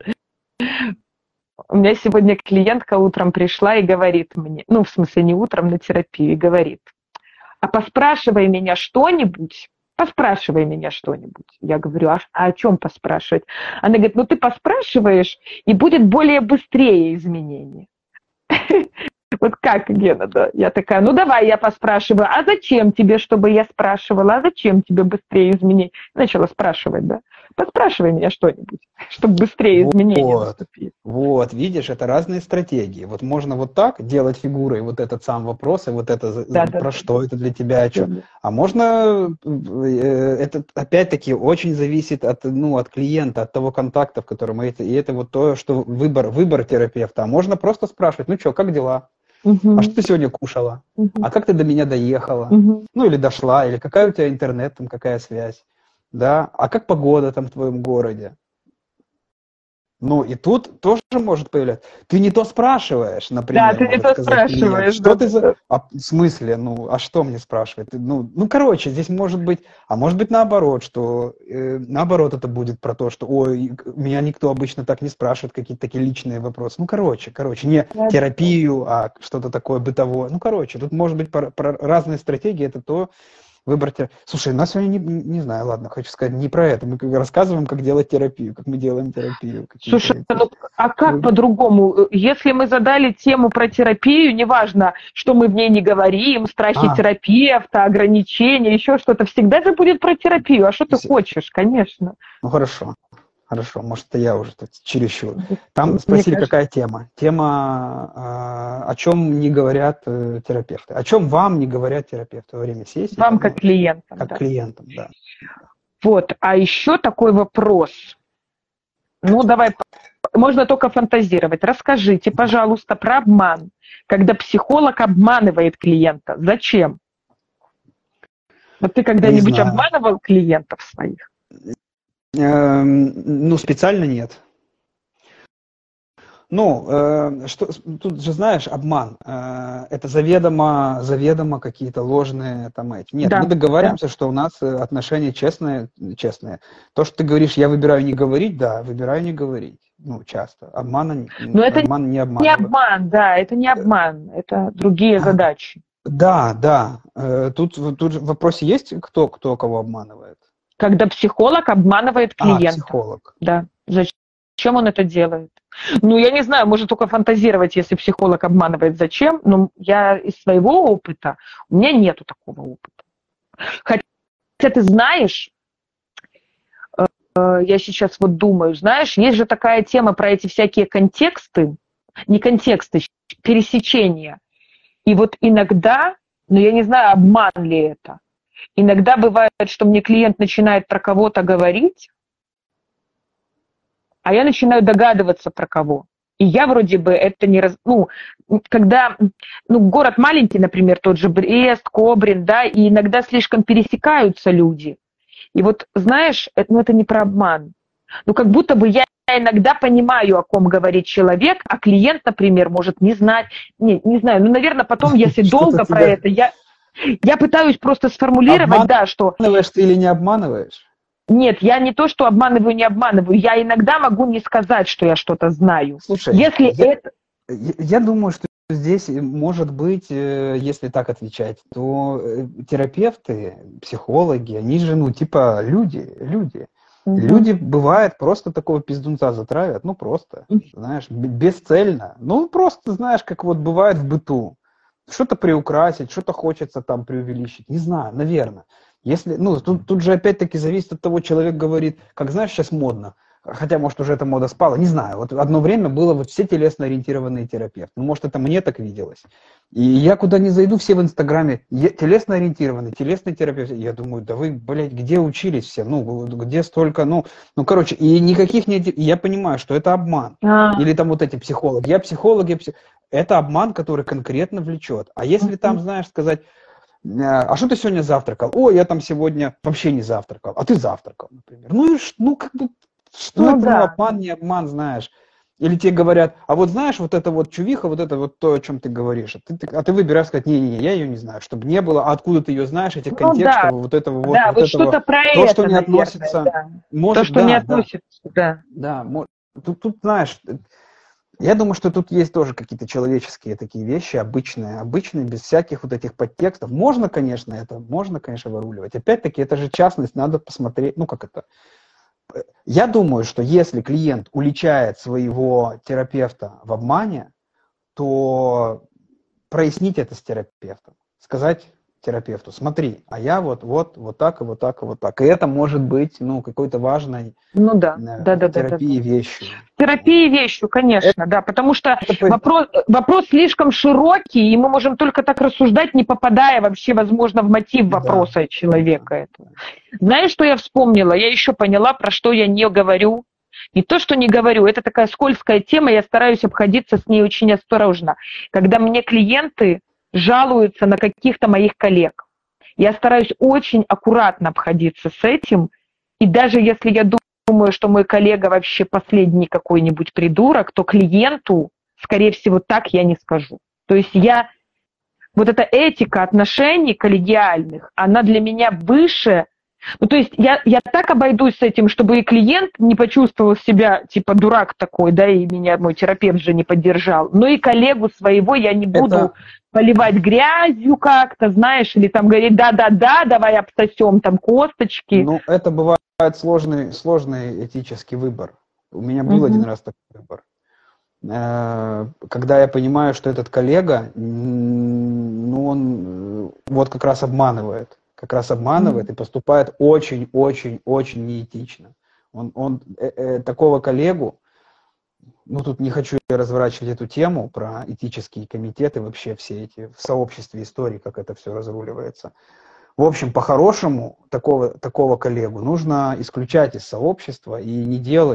У меня сегодня клиентка утром пришла и говорит мне, в смысле не утром, на терапию, и говорит, а поспрашивай меня что-нибудь. Я говорю, а о чем поспрашивать? Она говорит, ты поспрашиваешь, и будет более быстрее изменение. Как, Гена, да? Я такая, давай я поспрашиваю, а зачем тебе, чтобы я спрашивала, а зачем тебе быстрее изменения? Начала спрашивать, да? Поспрашивай меня что-нибудь, чтобы быстрее изменения наступили. Видишь, это разные стратегии. Можно так делать фигурой этот сам вопрос, и про что это для тебя, о чем. А можно, это опять-таки очень зависит от клиента, от того контакта, в котором и это то, что выбор терапевта. А можно просто спрашивать, как дела? А что ты сегодня кушала? А как ты до меня доехала? Ну, или дошла, или какая у тебя интернет, там, какая связь? Да? А как погода там в твоем городе? Ну, и тут тоже может появляться. Ты не то спрашиваешь, Да, например, ты не может то сказать клиент. спрашиваешь. Что Да, ты да, за... да. в смысле? Ну, а что мне спрашивать? Короче, здесь может быть... А может быть наоборот, что... наоборот это будет про то, что, ой, меня никто обычно так не спрашивает, какие-то такие личные вопросы. Ну, короче, не терапию, а что-то такое бытовое. Ну, короче, тут может быть про разные стратегии, это то... Выбрать. Слушай, у нас сегодня, не знаю, ладно, хочу сказать, не про это. Мы рассказываем, как делать терапию, как мы делаем терапию. Слушай, ну а как по-другому? Если мы задали тему про терапию, неважно, что мы в ней не говорим, страхи терапевта, ограничения, еще что-то, всегда же будет про терапию. А что ты хочешь, конечно. Ну, хорошо. Хорошо, может, это я уже тут чересчур. Там спросили, какая тема. Тема, о чем не говорят терапевты. О чем вам не говорят терапевты во время сессии. Вам как клиентам. Как клиентам, да. Вот, а еще такой вопрос. Ну, давай, можно только фантазировать. Расскажите, пожалуйста, про обман. Когда психолог обманывает клиента. Зачем? Вот ты когда-нибудь обманывал клиентов своих? Ну, специально нет. Ну, тут же, знаешь, обман. Это заведомо какие-то ложные там эти. Нет, мы договариваемся, что у нас отношения честные. То, что ты говоришь, я выбираю не говорить, да, выбираю не говорить. Ну, часто. Обман не обманываю. Не обман, да, это не обман, это другие задачи. Да. Тут в вопросе есть, кто кого обманывает? Когда психолог обманывает клиента. Психолог. Да. Зачем он это делает? Ну, я не знаю, можно только фантазировать, если психолог обманывает, зачем. Но я из своего опыта, у меня нету такого опыта. Хотя ты знаешь, я сейчас вот думаю, знаешь, есть же такая тема про эти всякие контексты, не контексты, пересечения. И вот иногда, но я не знаю, обман ли это, иногда бывает, что мне клиент начинает про кого-то говорить, а я начинаю догадываться про кого. И я вроде бы это не... когда... город маленький, например, тот же Брест, Кобрин, да, и иногда слишком пересекаются люди. И вот, знаешь, это не про обман. Как будто бы я иногда понимаю, о ком говорит человек, а клиент, например, может не знать. Не знаю, наверное, потом, если долго про это, я пытаюсь просто сформулировать, да, что... Обманываешь ты или не обманываешь? Нет, я не то, что обманываю, не обманываю. Я иногда могу не сказать, что я что-то знаю. Слушай, я думаю, что здесь, может быть, если так отвечать, то терапевты, психологи, они же, люди. Люди, бывает, просто такого пиздунца затравят, просто, знаешь, бесцельно. Просто, знаешь, как вот бывает в быту. Что-то приукрасить, что-то хочется там преувеличить. Не знаю, наверное. Если, тут же опять-таки зависит от того, человек говорит, как знаешь, сейчас модно, хотя, может, уже эта мода спала, не знаю. Вот одно время было вот все телесно-ориентированные терапевты. Может, это мне так виделось. И я куда ни зайду, все в Инстаграме телесно-ориентированные, телесные терапевты. Я думаю, да вы, блядь, где учились все? Где столько, короче, и никаких не... Я понимаю, что это обман. Или там вот эти психологи. Это обман, который конкретно влечет. А если там, знаешь, сказать... А что ты сегодня завтракал? О, я там сегодня вообще не завтракал. А ты завтракал, например. Что это? Да. Обман, не обман, знаешь. Или тебе говорят, а вот знаешь, вот это вот чувиха, вот это вот то, о чем ты говоришь. А ты выбираешь сказать, не, я ее не знаю, чтобы не было. А откуда ты ее знаешь, этих контекстов, вот этого вот. Да, вот что-то про то, это, что не относится. Да. Может, то, что не относится, да. Да, тут, знаешь... Я думаю, что тут есть тоже какие-то человеческие такие вещи, обычные, без всяких вот этих подтекстов. Можно, конечно, выруливать. Опять-таки, это же частность, надо посмотреть, как это. Я думаю, что если клиент уличает своего терапевта в обмане, то прояснить это с терапевтом. Сказать терапевту, смотри, а я вот так, и вот так, и вот так. И это может быть, какой-то важной терапией вещью. Терапией вещью, конечно, да, потому что вопрос слишком широкий, и мы можем только так рассуждать, не попадая вообще, возможно, в мотив вопроса человека этого. Знаешь, что я вспомнила? Я еще поняла, про что я не говорю. Не то, что не говорю, это такая скользкая тема, я стараюсь обходиться с ней очень осторожно. Когда мне клиенты жалуются на каких-то моих коллег, я стараюсь очень аккуратно обходиться с этим, и даже если я думаю, что мой коллега вообще последний какой-нибудь придурок, то клиенту, скорее всего, так я не скажу. То есть вот эта этика отношений коллегиальных, она для меня выше. Ну, то есть я так обойдусь с этим, чтобы и клиент не почувствовал себя, типа, дурак такой, да, и меня мой терапевт же не поддержал, но и коллегу своего я не буду поливать грязью как-то, знаешь, или там говорить, да-да-да, давай обсосем там косточки. Ну, это бывает сложный этический выбор. У меня был один раз такой выбор. Когда я понимаю, что этот коллега, ну, он вот как раз обманывает и поступает очень-очень-очень неэтично. Он такого коллегу, ну, тут не хочу разворачивать эту тему про этические комитеты, вообще все эти в сообществе истории, как это все разруливается. В общем, по-хорошему, такого коллегу нужно исключать из сообщества и не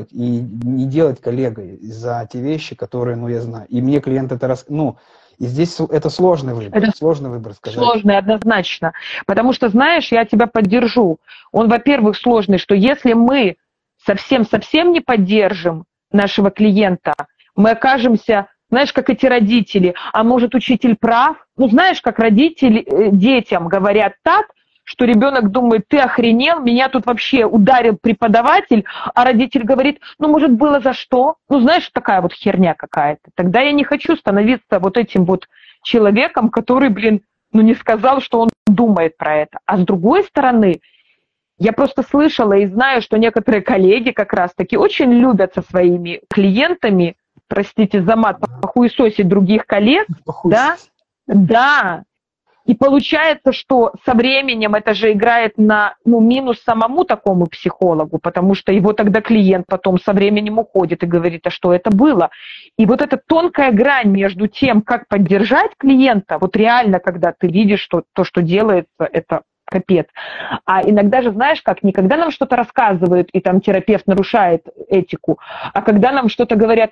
делать коллегой за те вещи, которые, ну, я знаю. И мне клиент это и здесь это сложный выбор. Сложный выбор сказать. Сложный, однозначно. Потому что, знаешь, я тебя поддержу. Он, во-первых, сложный, что если мы совсем-совсем не поддержим нашего клиента, мы окажемся, знаешь, как эти родители, а может, учитель прав? Ну, знаешь, как родители детям говорят так, что ребенок думает, ты охренел, меня тут вообще ударил преподаватель, а родитель говорит, ну, может, было за что? Ну, знаешь, такая вот херня какая-то. Тогда я не хочу становиться вот этим вот человеком, который, ну, не сказал, что он думает про это. А с другой стороны, я просто слышала и знаю, что некоторые коллеги как раз-таки очень любят со своими клиентами, простите за мат, похуесосить других коллег, да, да. И получается, что со временем это же играет на минус самому такому психологу, потому что его тогда клиент потом со временем уходит и говорит, а что это было? И вот эта тонкая грань между тем, как поддержать клиента, вот реально, когда ты видишь, что то, что делается, это капец. А иногда же, знаешь, как не когда нам что-то рассказывают, и там терапевт нарушает этику, а когда нам что-то говорят,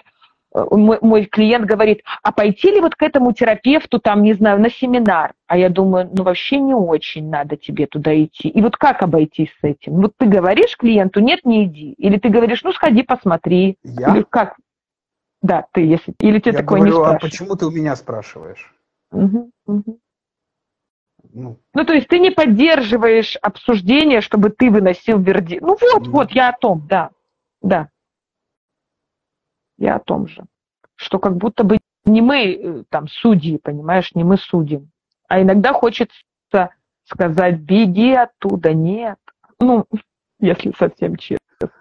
мой клиент говорит, а пойти ли вот к этому терапевту, там, не знаю, на семинар? А я думаю, ну вообще не очень надо тебе туда идти. И вот как обойтись с этим? Вот ты говоришь клиенту, нет, не иди. Или ты говоришь, ну сходи, посмотри. Я? Или как? Да, ты, если... Или ты я такое говорю, не спрашиваешь. А почему ты у меня спрашиваешь? Ну, то есть ты не поддерживаешь обсуждение, чтобы ты выносил вердикт. Ну вот, я о том, да. Да. Я о том же. Что как будто бы не мы там судьи, понимаешь, не мы судим. А иногда хочется сказать, беги оттуда, нет. Ну, если совсем честно.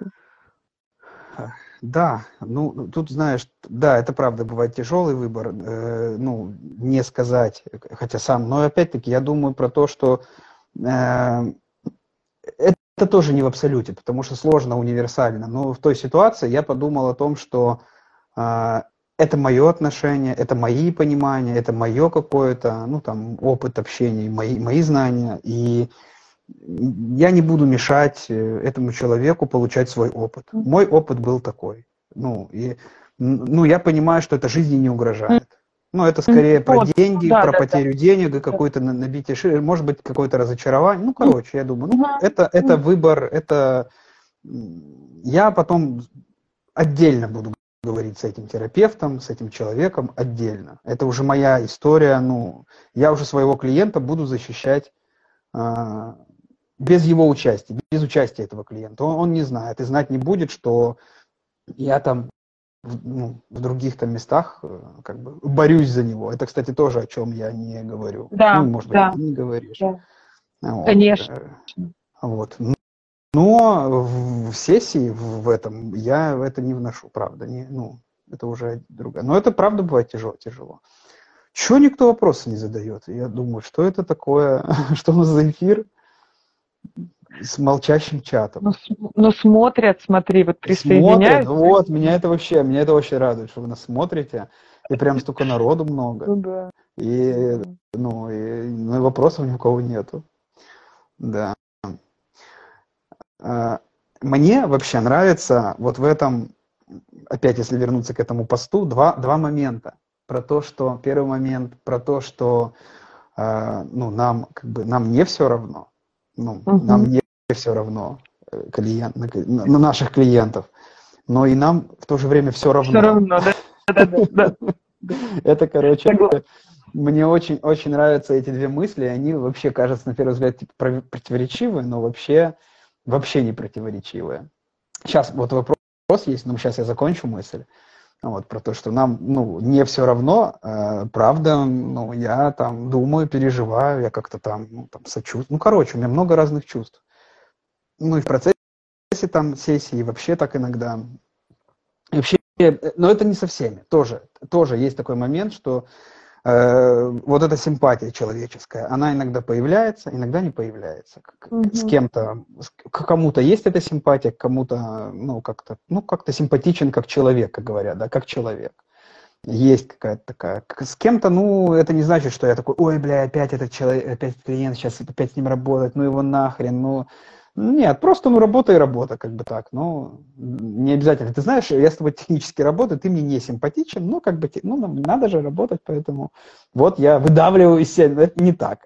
Да, ну тут, знаешь, да, это правда, бывает тяжелый выбор, ну, не сказать, хотя сам, но опять-таки я думаю про то, что это тоже не в абсолюте, потому что сложно универсально, но в той ситуации я подумал о том, что это мое отношение, это мои понимания, это мое какое-то, ну, там, опыт общения, мои знания, и я не буду мешать этому человеку получать свой опыт. Мой опыт был такой. Ну, я понимаю, что это жизни не угрожает. Ну, это скорее про деньги, про потерю денег и какое-то набитие шире, может быть, какое-то разочарование. Ну, короче, я думаю, это выбор, это... Я потом отдельно буду говорить с этим терапевтом, с этим человеком отдельно. Это уже моя история, ну, я уже своего клиента буду защищать без его участия, без участия этого клиента. Он не знает и знать не будет, что я там в других там местах как бы борюсь за него. Это, кстати, тоже о чем я не говорю. Да, ну, может быть, ты не говоришь. Да. Вот. Конечно. Вот. Но в сессии в этом я это не вношу, правда. Это уже другая. Но это правда бывает тяжело. Чего никто вопросы не задает? Я думаю, что это такое, что у нас за эфир с молчащим чатом. Ну смотрят, смотри, вот присоединяются. Смотрят, вот, меня это вообще радует, что вы нас смотрите, и прям столько народу много. Ну да. И вопросов ни у кого нету. Да. мне вообще нравится вот в этом, опять если вернуться к этому посту, два момента. Про то, что первый момент, про то, что ну, нам не все равно, нам не все равно на наших клиентов, но и нам в то же время все равно. Все равно, да. Это, короче, мне очень нравятся эти две мысли, они вообще кажутся, на первый взгляд, типа, противоречивые, но вообще не противоречивые. Сейчас вот вопрос есть, но сейчас я закончу мысль. Вот, про то, что нам, не все равно, правда, я там думаю, переживаю, я как-то там сочувствую. Короче, у меня много разных чувств. И в процессе там сессии вообще так иногда. И вообще, но это не со всеми. Тоже есть такой момент, что вот эта симпатия человеческая, она иногда появляется, иногда не появляется. С кем-то, к кому-то есть эта симпатия, к кому-то, как-то симпатичен как человек, как говорят, да, как человек. Есть какая-то такая. С кем-то, это не значит, что я такой, ой, бля, опять этот человек, опять клиент, сейчас опять с ним работать, его нахрен, Нет, просто, работа и работа, как бы так, не обязательно. Ты знаешь, я с тобой технически работаю, ты мне не симпатичен, надо же работать, поэтому вот я выдавливаю из себя, но это не так.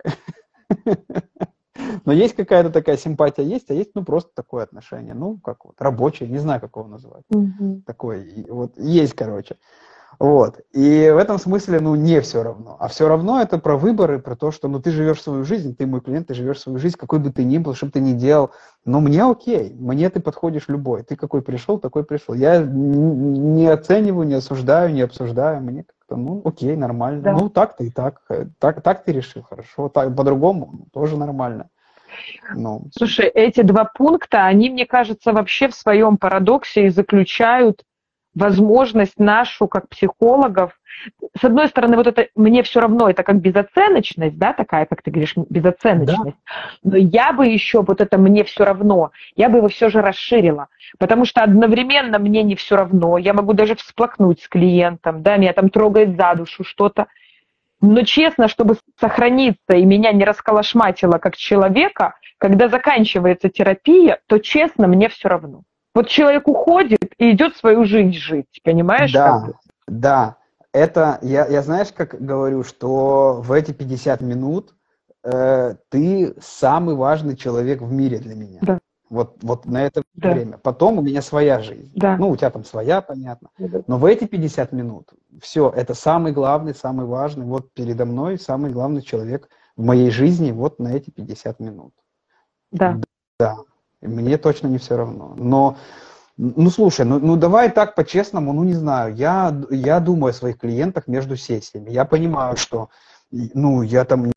Но есть какая-то такая симпатия, есть, а есть, просто такое отношение, как вот, рабочее, не знаю, как его назвать. Такое, вот, есть, короче. Вот. И в этом смысле, не все равно. А все равно это про выборы, про то, что, ты живешь свою жизнь, ты мой клиент, ты живешь свою жизнь, какой бы ты ни был, что бы ты ни делал. Но мне окей, мне ты подходишь любой. Ты какой пришел, такой пришел. Я не оцениваю, не осуждаю, не обсуждаю. Мне как-то, окей, нормально. Да. Так-то и так. Так ты решил, хорошо. Так, по-другому тоже нормально. Слушай, эти два пункта, они, мне кажется, вообще в своем парадоксе и заключают возможность нашу, как психологов, с одной стороны, вот это мне все равно, это как безоценочность, да, такая, как ты говоришь, безоценочность. Да. Но я бы еще вот это мне все равно, я бы его все же расширила, потому что одновременно мне не все равно, я могу даже всплакнуть с клиентом, да, меня там трогает за душу что-то. Но честно, чтобы сохраниться и меня не расколошматило как человека, когда заканчивается терапия, то честно, мне все равно. Вот человек уходит и идет свою жизнь жить, понимаешь? Да, да. Это, я знаешь, как говорю, что в эти 50 минут ты самый важный человек в мире для меня. Да. Вот на это время. Потом у меня своя жизнь. Да. У тебя там своя, понятно. Но в эти 50 минут все, это самый главный, самый важный. Вот передо мной самый главный человек в моей жизни вот на эти 50 минут. Да. Да. Мне точно не все равно. Но, слушай, давай так по-честному, не знаю. Я думаю о своих клиентах между сессиями. Я понимаю, что, я там,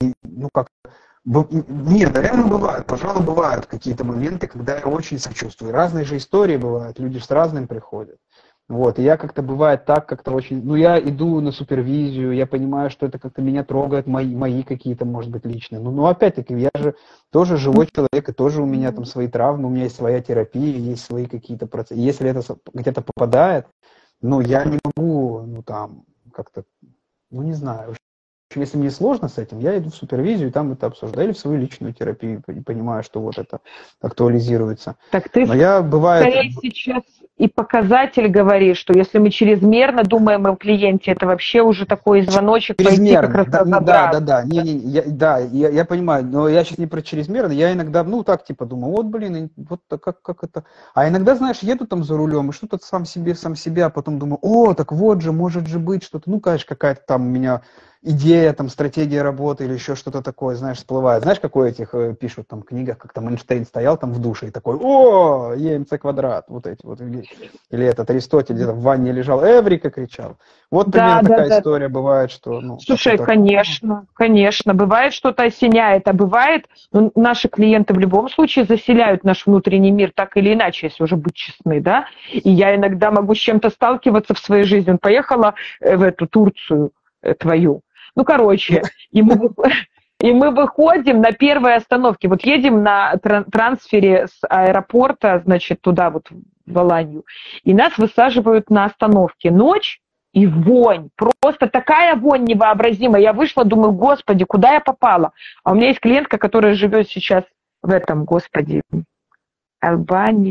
нет, наверное, бывают, пожалуй, бывают какие-то моменты, когда я очень сочувствую. Разные же истории бывают, люди с разным приходят. Вот, и я как-то бывает так, как-то очень, я иду на супервизию, я понимаю, что это как-то меня трогает, мои какие-то, может быть, личные. Опять-таки, я же тоже живой человек, и тоже у меня там свои травмы, у меня есть своя терапия, есть свои какие-то процессы. Если это где-то попадает, я не могу, как-то, не знаю. Если мне сложно с этим, я иду в супервизию и там это обсуждаю, или в свою личную терапию, и понимаю, что вот это актуализируется. Так ты, скорее, сейчас и показатель говоришь, что если мы чрезмерно думаем о клиенте, это вообще уже такой звоночек пойти как раз разобраться. Да, я понимаю, но я сейчас не про чрезмерно, я иногда, так типа думаю, вот блин, вот как это. А иногда, знаешь, еду там за рулем и что-то сам себе, а потом думаю, так вот же, может же быть что-то, конечно, какая-то там у меня идея, там, стратегия работы или еще что-то такое, знаешь, всплывает. Знаешь, какое этих пишут там в книгах, как там Эйнштейн стоял там в душе и такой, ЕМЦ квадрат, вот эти вот. Или этот Аристотель где-то в ванне лежал, Эврика кричал. Вот примерно такая история бывает, что... Слушай, конечно, бывает что-то осеняет, а бывает, наши клиенты в любом случае заселяют наш внутренний мир так или иначе, если уже быть честны, да, и я иногда могу с чем-то сталкиваться в своей жизни. Поехала в эту Турцию твою, и мы выходим на первой остановке. Вот едем на трансфере с аэропорта, значит, туда вот, в Аланию, и нас высаживают на остановке. Ночь и вонь. Просто такая вонь невообразимая. Я вышла, думаю, господи, куда я попала? А у меня есть клиентка, которая живет сейчас в этом, господи, Албания,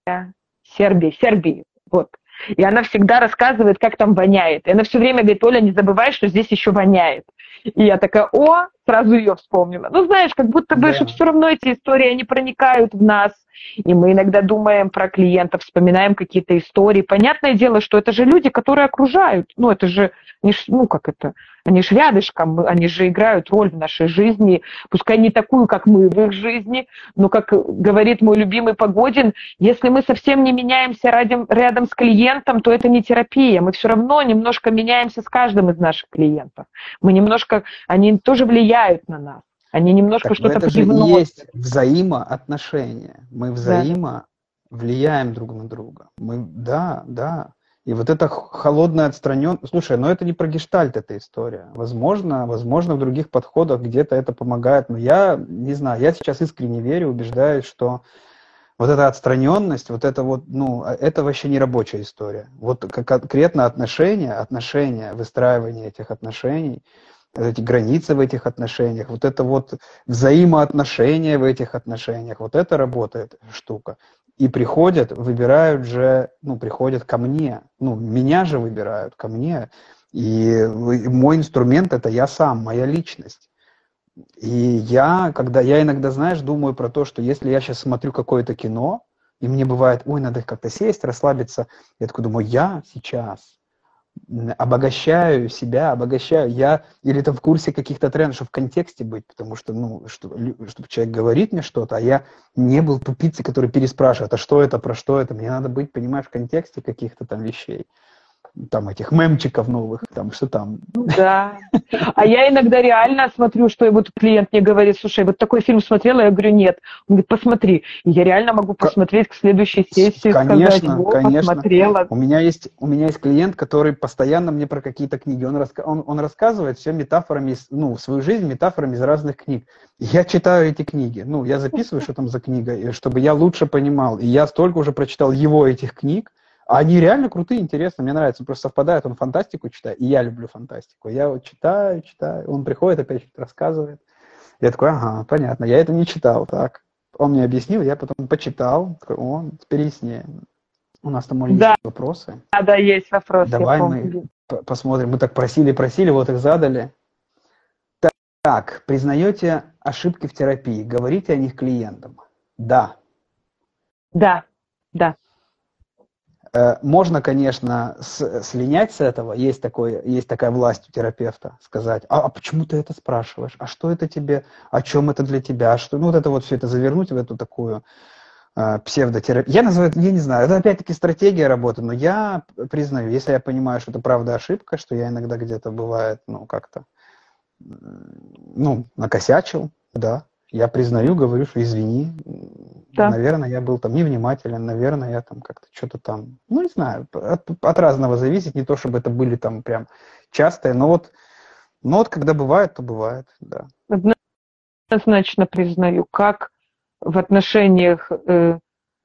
Сербии, вот. И она всегда рассказывает, как там воняет. И она все время говорит: Оля, не забывай, что здесь еще воняет. И я такая: о, сразу ее вспомнила. Ну, знаешь, как будто бы, что Да. все равно эти истории, они проникают в нас. И мы иногда думаем про клиентов, вспоминаем какие-то истории. Понятное дело, что это же люди, которые окружают. Ну, это же, они ж, ну, как это, они же рядышком, они же играют роль в нашей жизни. Пускай не такую, как мы в их жизни, но, как говорит мой любимый Погодин, если мы совсем не меняемся рядом с клиентом, то это не терапия. Мы все равно немножко меняемся с каждым из наших клиентов. Мы немножко, они тоже влияют на нас. Они немножко Так, но что-то это же и привносят. есть взаимоотношения. Мы взаимо влияем друг на друга. Да, да. И вот это холодное отстраненность. Слушай, но это не про гештальт эта история. Возможно, в других подходах где-то это помогает. Но я не знаю, я сейчас искренне верю, убеждаюсь, что вот эта отстраненность, вот это вот, ну, это вообще не рабочая история. Вот конкретно отношения, выстраивание этих отношений, эти границы в этих отношениях, вот это вот взаимоотношения в этих отношениях, вот это работает штука. И выбирают же, ну, приходят ко мне, ну, меня же выбирают ко мне. И мой инструмент – это я сам, моя личность. И когда я иногда, знаешь, думаю про то, что если я сейчас смотрю какое-то кино, и мне бывает: ой, надо как-то сесть, расслабиться, я такой думаю: я сейчас обогащаю себя, я или там в курсе каких-то трендов, чтобы в контексте быть, потому что, ну, чтобы человек говорит мне что-то, а я не был тупицей, который переспрашивает: а что это, про что это, мне надо быть, понимаешь, в контексте каких-то там вещей, там этих мемчиков новых, там что там. Да. А я иногда реально смотрю, что вот клиент мне говорит: слушай, вот такой фильм смотрела, я говорю: нет. Он говорит: посмотри. И я реально могу посмотреть к следующей сессии, сказать: вот, посмотрела. У меня есть клиент, который постоянно мне про какие-то книги, он рассказывает все метафорами, ну, свою жизнь метафорами из разных книг. Я читаю эти книги, ну, я записываю, что там за книга, чтобы я лучше понимал. И я столько уже прочитал его этих книг. А они реально крутые, интересные, мне нравится, просто совпадает, он фантастику читает, и я люблю фантастику. Я вот читаю, он приходит, опять что-то рассказывает. Я такой: ага, понятно, я это не читал, так. Он мне объяснил, я потом почитал, такой: теперь яснее. У нас там, Оль, есть вопросы. Да, есть вопросы. Давай мы посмотрим, мы так просили, вот их задали. Так, признаете ошибки в терапии, говорите о них клиентам? Да. Да. Можно, конечно, слинять с этого, есть такая власть у терапевта, сказать: а почему ты это спрашиваешь, а что это тебе, о чем это для тебя, что, ну, вот это вот все это завернуть в эту такую псевдотерапию. Я называю это, я не знаю, это опять-таки стратегия работы, но я признаю, если я понимаю, что это правда ошибка, что я иногда где-то бывает, ну, как-то, ну, накосячил, да, я признаю, говорю, что извини, да. Наверное, я был там невнимателен, наверное, я там как-то что-то там, ну, не знаю, от разного зависит, не то, чтобы это были там прям частые, но вот когда бывает, то бывает, да. Однозначно признаю, как в отношениях с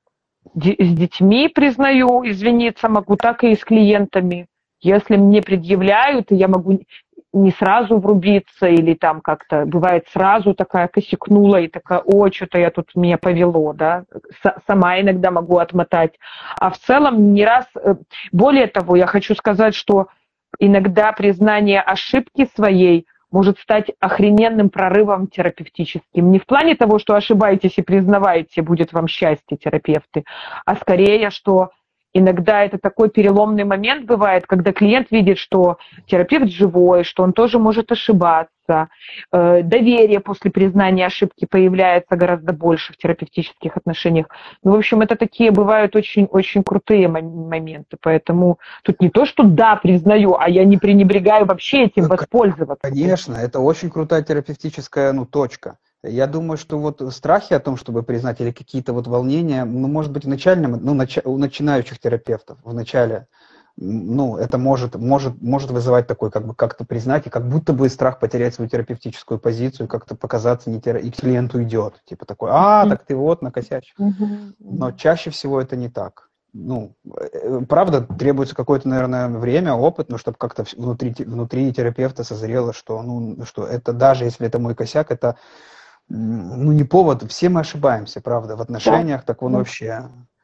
детьми признаю, извиниться могу, так и с клиентами. Если мне предъявляют, я могу не сразу врубиться, или там как-то, бывает, сразу такая косякнула, и такая: о, что-то я тут, меня повело, да, сама иногда могу отмотать. А в целом не раз, более того, я хочу сказать, что иногда признание ошибки своей может стать охрененным прорывом терапевтическим. Не в плане того, что ошибаетесь и признаваете, будет вам счастье, терапевты, а скорее, что иногда это такой переломный момент бывает, когда клиент видит, что терапевт живой, что он тоже может ошибаться. Доверие после признания ошибки появляется гораздо больше в терапевтических отношениях. Ну, в общем, это такие бывают очень-очень крутые моменты. Поэтому тут не то, что да, признаю, а я не пренебрегаю вообще этим воспользоваться. Конечно, это очень крутая терапевтическая, ну, точка. Я думаю, что вот страхи о том, чтобы признать, или какие-то вот волнения, ну, может быть, в начальном, ну, у начинающих терапевтов в начале, ну, это может вызывать такой, как бы, как-то признать, и как будто бы страх потерять свою терапевтическую позицию, как-то показаться и клиент уйдет. Типа такой: так ты вот накосячил. Но чаще всего это не так. Ну, правда, требуется какое-то, наверное, время, опыт, но чтобы как-то внутри терапевта созрело, что, ну, что это, даже если это мой косяк, это, ну, не повод. Все мы ошибаемся, правда, в отношениях, так он вообще.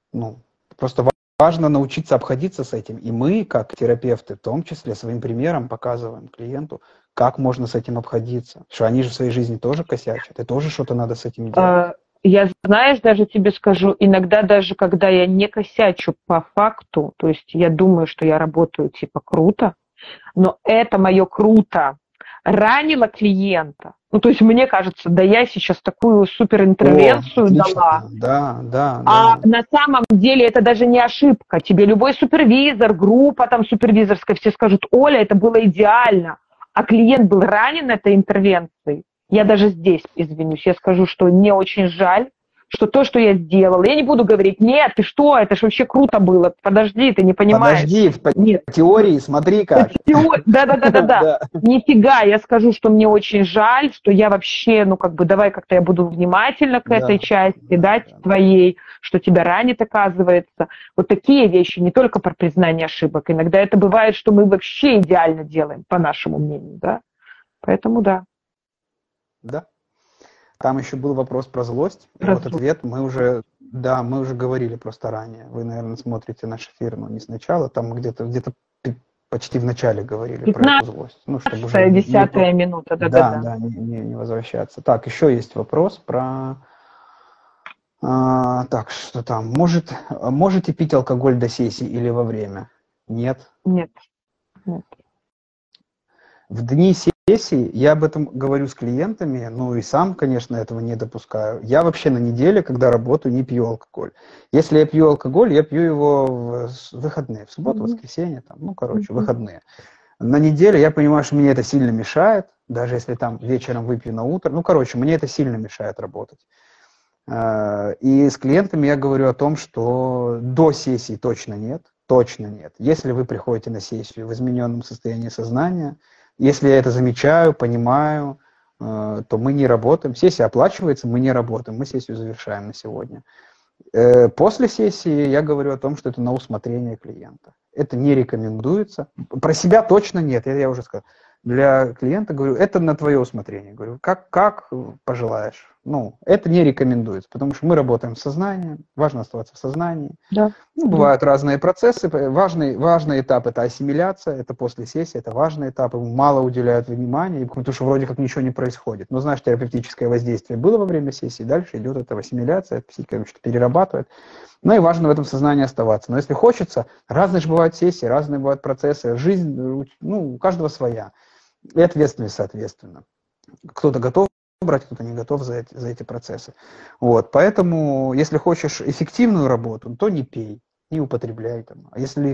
Ну, просто важно научиться обходиться с этим. И мы, как терапевты, в том числе своим примером показываем клиенту, как можно с этим обходиться. Что они же в своей жизни тоже косячат, и тоже что-то надо с этим делать. Я, знаешь, даже тебе скажу, иногда даже когда я не косячу по факту, то есть я думаю, что я работаю типа круто, но это мое круто ранило клиента. Ну, то есть мне кажется, да я сейчас такую суперинтервенцию дала. Да. На самом деле это даже не ошибка. Тебе любой супервизор, группа там супервизорская, все скажут: Оля, это было идеально. А клиент был ранен этой интервенцией. Я даже здесь извинюсь. Я скажу, что мне очень жаль, что то, что я сделала, я не буду говорить: нет, ты что, это же вообще круто было. Подожди, ты не понимаешь. Подожди, нет. Теории смотри как. Да. Нифига, я скажу, что мне очень жаль, что я вообще, давай как-то я буду внимательна к этой части, твоей, что тебя ранит, оказывается. Вот такие вещи, не только про признание ошибок. Иногда это бывает, что мы вообще идеально делаем, по нашему мнению, да. Поэтому да. Да. Там еще был вопрос про злость. Ответ мы уже говорили просто ранее. Вы, наверное, смотрите наш эфир, но не сначала. Там мы где-то почти в начале говорили про эту злость. Ну, чтобы уже 10-я минута. Да. Не возвращаться. Так, еще есть вопрос про... так, что там? Можете пить алкоголь до сессии или во время? Нет. Нет. В дни сессии я об этом говорю с клиентами, ну и сам, конечно, этого не допускаю. Я вообще на неделе, когда работаю, не пью алкоголь. Если я пью алкоголь, я пью его в выходные, в субботу, воскресенье, выходные. На неделе я понимаю, что мне это сильно мешает, даже если там вечером выпью на утро. Мне это сильно мешает работать. И с клиентами я говорю о том, что до сессии точно нет. Если вы приходите на сессию в измененном состоянии сознания, если я это замечаю, понимаю, то мы не работаем. Сессия оплачивается, мы не работаем, мы сессию завершаем на сегодня. После сессии я говорю о том, что это на усмотрение клиента. Это не рекомендуется. Про себя точно нет, я уже сказал. Для клиента говорю, это на твое усмотрение. Говорю, как пожелаешь. Это не рекомендуется, потому что мы работаем в сознании, важно оставаться в сознании. Да. Бывают разные процессы. Важный этап – это ассимиляция, это после сессии, это важный этап, ему мало уделяют внимания, потому что вроде как ничего не происходит. Но знаешь, терапевтическое воздействие было во время сессии, дальше идет эта ассимиляция, психика что-то перерабатывает. И важно в этом сознании оставаться. Но если хочется, разные же бывают сессии, разные бывают процессы, жизнь, у каждого своя. И ответственность, соответственно. Кто-то готов брать, кто-то не готов за эти процессы. Поэтому, если хочешь эффективную работу, то не пей, не употребляй. А если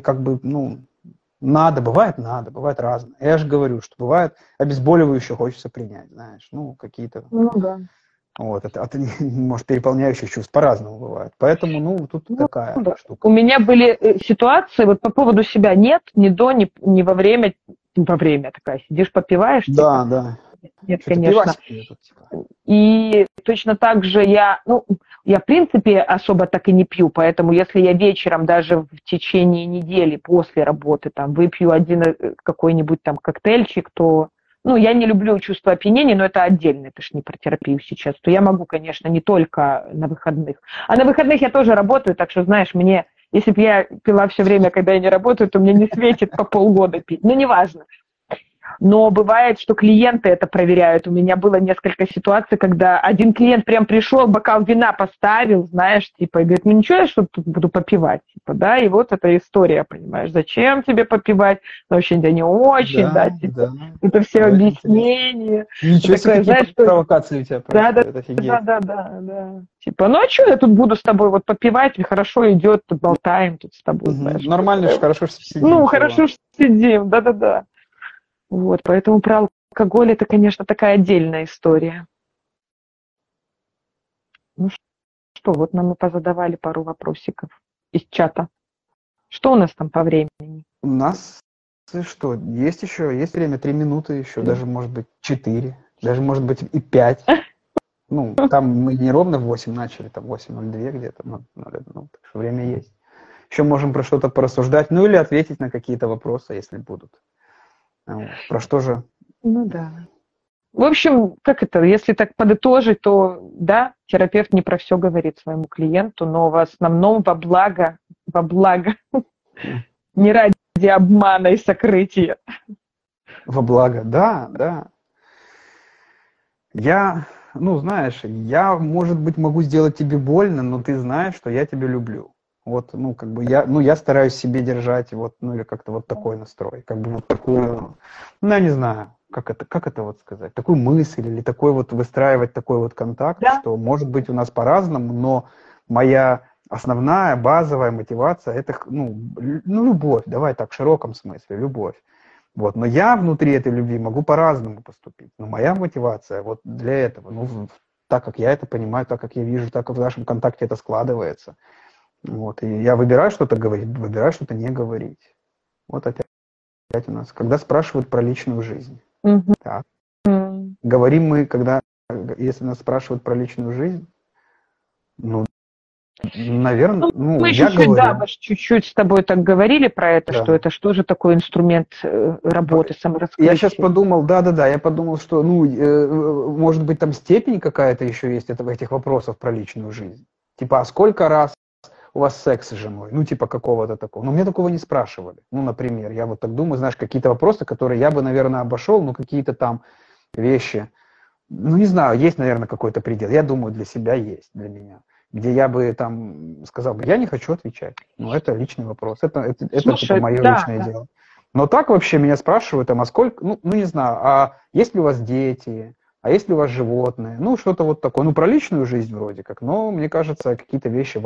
бывает разное. Я же говорю, что бывает обезболивающее хочется принять, знаешь, какие-то... да. Это может, переполняющих чувств по-разному бывает. Поэтому, тут такая штука. У меня были ситуации, по поводу себя нет, ни до, ни во время. Во время такая, сидишь, попиваешь. Да. Нет, конечно. И точно так же я, в принципе особо так и не пью, поэтому если я вечером даже в течение недели после работы выпью один какой-нибудь коктейльчик, то, я не люблю чувство опьянения, но это отдельно, это ж не про терапию сейчас, то я могу, конечно, не только на выходных. А на выходных я тоже работаю, так что, знаешь, если бы я пила все время, когда я не работаю, то мне не светит по полгода пить. Неважно. Но бывает, что клиенты это проверяют. У меня было несколько ситуаций, когда один клиент прям пришел, бокал вина поставил, знаешь, и говорит, ничего, я что тут буду попивать, и вот эта история, понимаешь, зачем тебе попивать, вообще да не очень, это все объяснения. Ничего себе, какие провокации у тебя происходят, офигеть. Да. А что я тут буду с тобой попивать, хорошо идет, тут болтаем тут с тобой, знаешь. Нормально же, хорошо что сидим. Хорошо что сидим, да. Поэтому про алкоголь это, конечно, такая отдельная история. Что, нам и позадавали пару вопросиков из чата. Что у нас там по времени? У нас, есть время, 3 минуты еще, даже, может быть, 4, даже, может быть, и 5. Там мы не ровно в 8 начали, там 8:02 где-то, 0:01, так что время есть. Еще можем про что-то порассуждать, или ответить на какие-то вопросы, если будут. Про что же? Да. В общем, как это, если так подытожить, то да, терапевт не про все говорит своему клиенту, но в основном во благо, не ради обмана и сокрытия. Во благо, да, да. Ну, знаешь, я, может быть, могу сделать тебе больно, но ты знаешь, что я тебя люблю. Вот, ну, как бы я стараюсь себе держать, вот, ну, или как-то вот такой настрой, как бы вот такую, ну, я не знаю, как это вот сказать, такую мысль или такой вот выстраивать такой вот контакт, Да. что, может быть, у нас по-разному, но моя основная, базовая мотивация, это, ну, любовь, давай так, в широком смысле, любовь. Вот. Но я внутри этой любви могу по-разному поступить. Но моя мотивация вот для этого, ну, так как я это понимаю, так как я вижу, так как в нашем контакте это складывается. Вот. И я выбираю что-то говорить, выбираю что-то не говорить. Вот опять у нас. Когда спрашивают про личную жизнь. Мгм. Так. М. Говорим мы, если нас спрашивают про личную жизнь, ну, наверное, Мы я чуть-чуть, да, говорю. мы ж чуть-чуть с тобой так говорили про это, Да. что это что же такой инструмент работы, самораскрытия. Я сейчас подумал, да, я подумал, что, может быть, там степень какая-то еще есть этих вопросов про личную жизнь. Типа, а сколько раз у вас секс с женой? Ну, типа, какого-то такого. Но мне такого не спрашивали. Ну, например, я вот так думаю, знаешь, какие-то вопросы, которые я бы, наверное, обошел, но какие-то там вещи, ну, не знаю, есть, наверное, какой-то предел. Я думаю, для себя есть, для меня. Где я бы там сказал, я не хочу отвечать. Ну, это личный вопрос. Это Слушай, типа мое да, личное да. дело. Но так вообще меня спрашивают, а сколько, ну, не знаю, а есть ли у вас дети, а есть ли у вас животные, ну, что-то вот такое. Ну, про личную жизнь вроде как, но мне кажется, какие-то вещи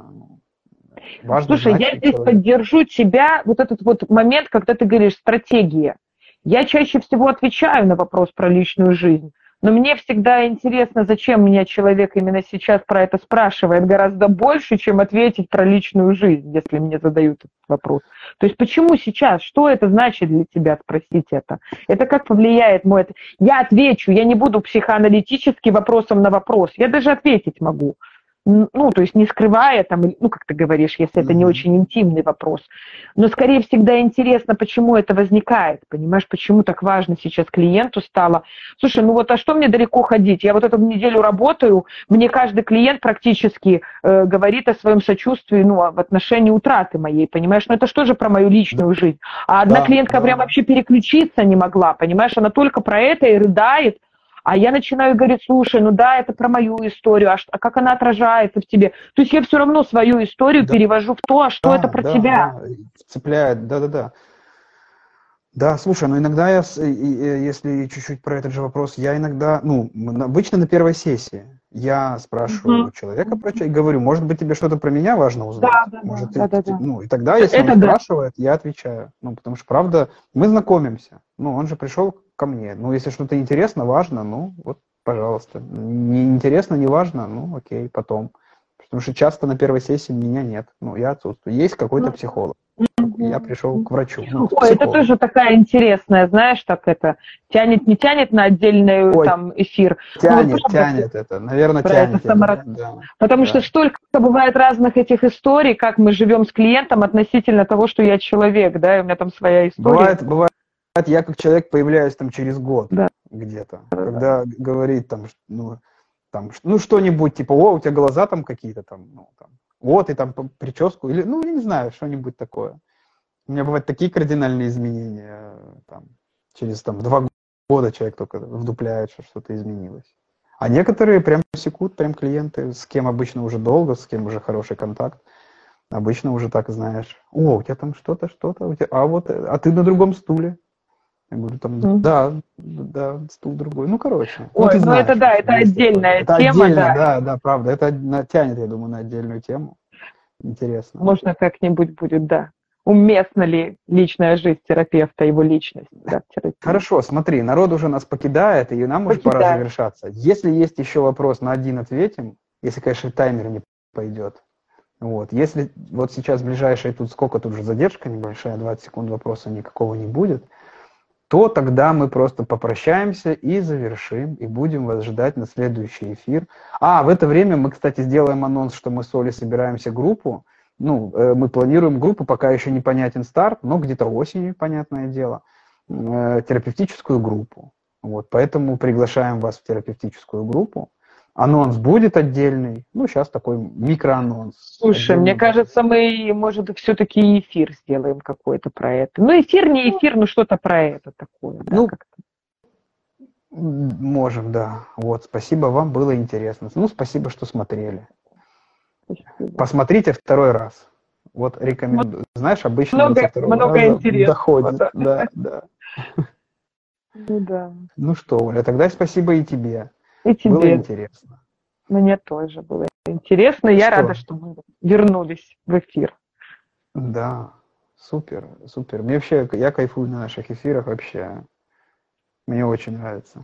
важно Слушай, знать я про здесь человека. поддержу тебя, вот этот вот момент, когда ты говоришь стратегия. Я чаще всего отвечаю на вопрос про личную жизнь, но мне всегда интересно, зачем меня человек именно сейчас про это спрашивает, гораздо больше, чем ответить про личную жизнь, если мне задают этот вопрос. То есть почему сейчас? Что это значит для тебя, спросить это? Это как повлияет мой... Я отвечу, я не буду психоаналитически вопросом на вопрос, я даже ответить могу. Ну, то есть не скрывая там, ну, как ты говоришь, если это не очень интимный вопрос. Но скорее всегда интересно, почему это возникает, понимаешь, почему так важно сейчас клиенту стало. Слушай, ну вот, а что мне далеко ходить? Я вот эту неделю работаю, мне каждый клиент практически говорит о своем сочувствии, ну, в отношении утраты моей, понимаешь? Ну, это что же про мою личную жизнь? А одна клиентка прям вообще переключиться не могла, понимаешь? Она только про это и рыдает. А я начинаю говорить, слушай, ну да, это про мою историю, а как она отражается в тебе? То есть я все равно свою историю перевожу в то, а что это про тебя. Да, цепляет, да. Да, слушай, ну иногда если чуть-чуть про этот же вопрос, я иногда, ну, обычно на первой сессии я спрашиваю человека про и говорю, может быть, тебе что-то про меня важно узнать? Да. Ну, и тогда, если он спрашивает, я отвечаю. Ну, потому что, правда, мы знакомимся. Ну, он же пришел ко мне. Ну, если что-то интересно, важно, ну, вот, пожалуйста. Не интересно, не важно, ну, окей, потом. Потому что часто на первой сессии меня нет. Ну, я отсутствую. Есть какой-то психолог. Я пришел к врачу. Ну, Ой, это тоже такая интересная, знаешь, так это не тянет на отдельный там эфир. Тянет это, наверное, тянет. Потому что столько бывает разных этих историй, как мы живем с клиентом относительно того, что я человек, да, и у меня там своя история. Бывает, я как человек появляюсь там через год где-то, когда говорит там, ну что-нибудь, типа, у тебя глаза там какие-то там, ну, там, вот, и там прическу, или, ну, я не знаю, что-нибудь такое. У меня бывают такие кардинальные изменения, там, через 2 года человек только вдупляет, что что-то изменилось. А некоторые прям секут, прям клиенты, с кем обычно уже долго, с кем уже хороший контакт, обычно уже так знаешь, у тебя там что-то, а ты на другом стуле. Я говорю, там, да, стул другой. Ну, короче. Ой, ты знаешь, это отдельная тема, да, правда. Это тянет, я думаю, на отдельную тему. Интересно. Можно как-нибудь будет, да. Уместна ли личная жизнь терапевта, его личность? Да, Хорошо, смотри, народ уже нас покидает, и нам уже пора завершаться. Если есть еще вопрос, на один ответим, если, конечно, таймер не пойдет. Вот. Если вот сейчас ближайшие, сколько тут уже задержка небольшая, 20 секунд вопроса никакого не будет, то тогда мы просто попрощаемся и завершим, и будем вас ждать на следующий эфир. В это время мы, кстати, сделаем анонс, что мы с Олей собираемся группу. Ну, мы планируем группу, пока еще непонятен старт, но где-то осенью, понятное дело, терапевтическую группу. Вот, поэтому приглашаем вас в терапевтическую группу. Анонс будет отдельный. Ну, сейчас такой микроанонс. Слушай, мне Отдельно кажется, мы, может, все-таки эфир сделаем какой-то про это. Ну, эфир, не эфир, но что-то про это такое. Да, ну, как-то. можем, да. Вот, спасибо вам, было интересно. Ну, спасибо, что смотрели. Спасибо. Посмотрите второй раз. Вот рекомендую. Знаешь, обычно со второго много раза интересного, доходит. да. Да, да. Ну да. Ну что, Оля, тогда спасибо и тебе. И тебе. Было интересно. Мне тоже было интересно. Я рада, что мы вернулись в эфир. Да, супер, супер. Мне вообще, я кайфую на наших эфирах вообще. Мне очень нравится.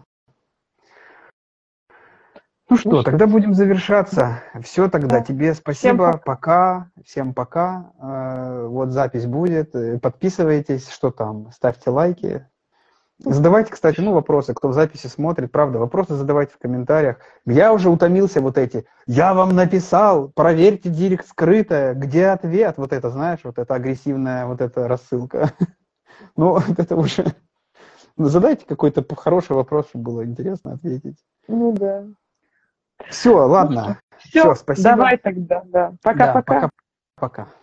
Ну что, тогда будем завершаться. Все тогда. Тебе спасибо. Пока. Всем пока. Вот запись будет. Подписывайтесь. Что там? Ставьте лайки. Задавайте, кстати, вопросы, кто в записи смотрит. Правда, вопросы задавайте в комментариях. Я уже утомился вот эти. Я вам написал, проверьте директ скрытое. Где ответ? Вот это, знаешь, вот это агрессивная вот эта рассылка. Ну, это уже... Задайте какой-то хороший вопрос, чтобы было интересно ответить. Ну да. Все, ладно. Все, спасибо. давай тогда, да. Пока-пока. Пока.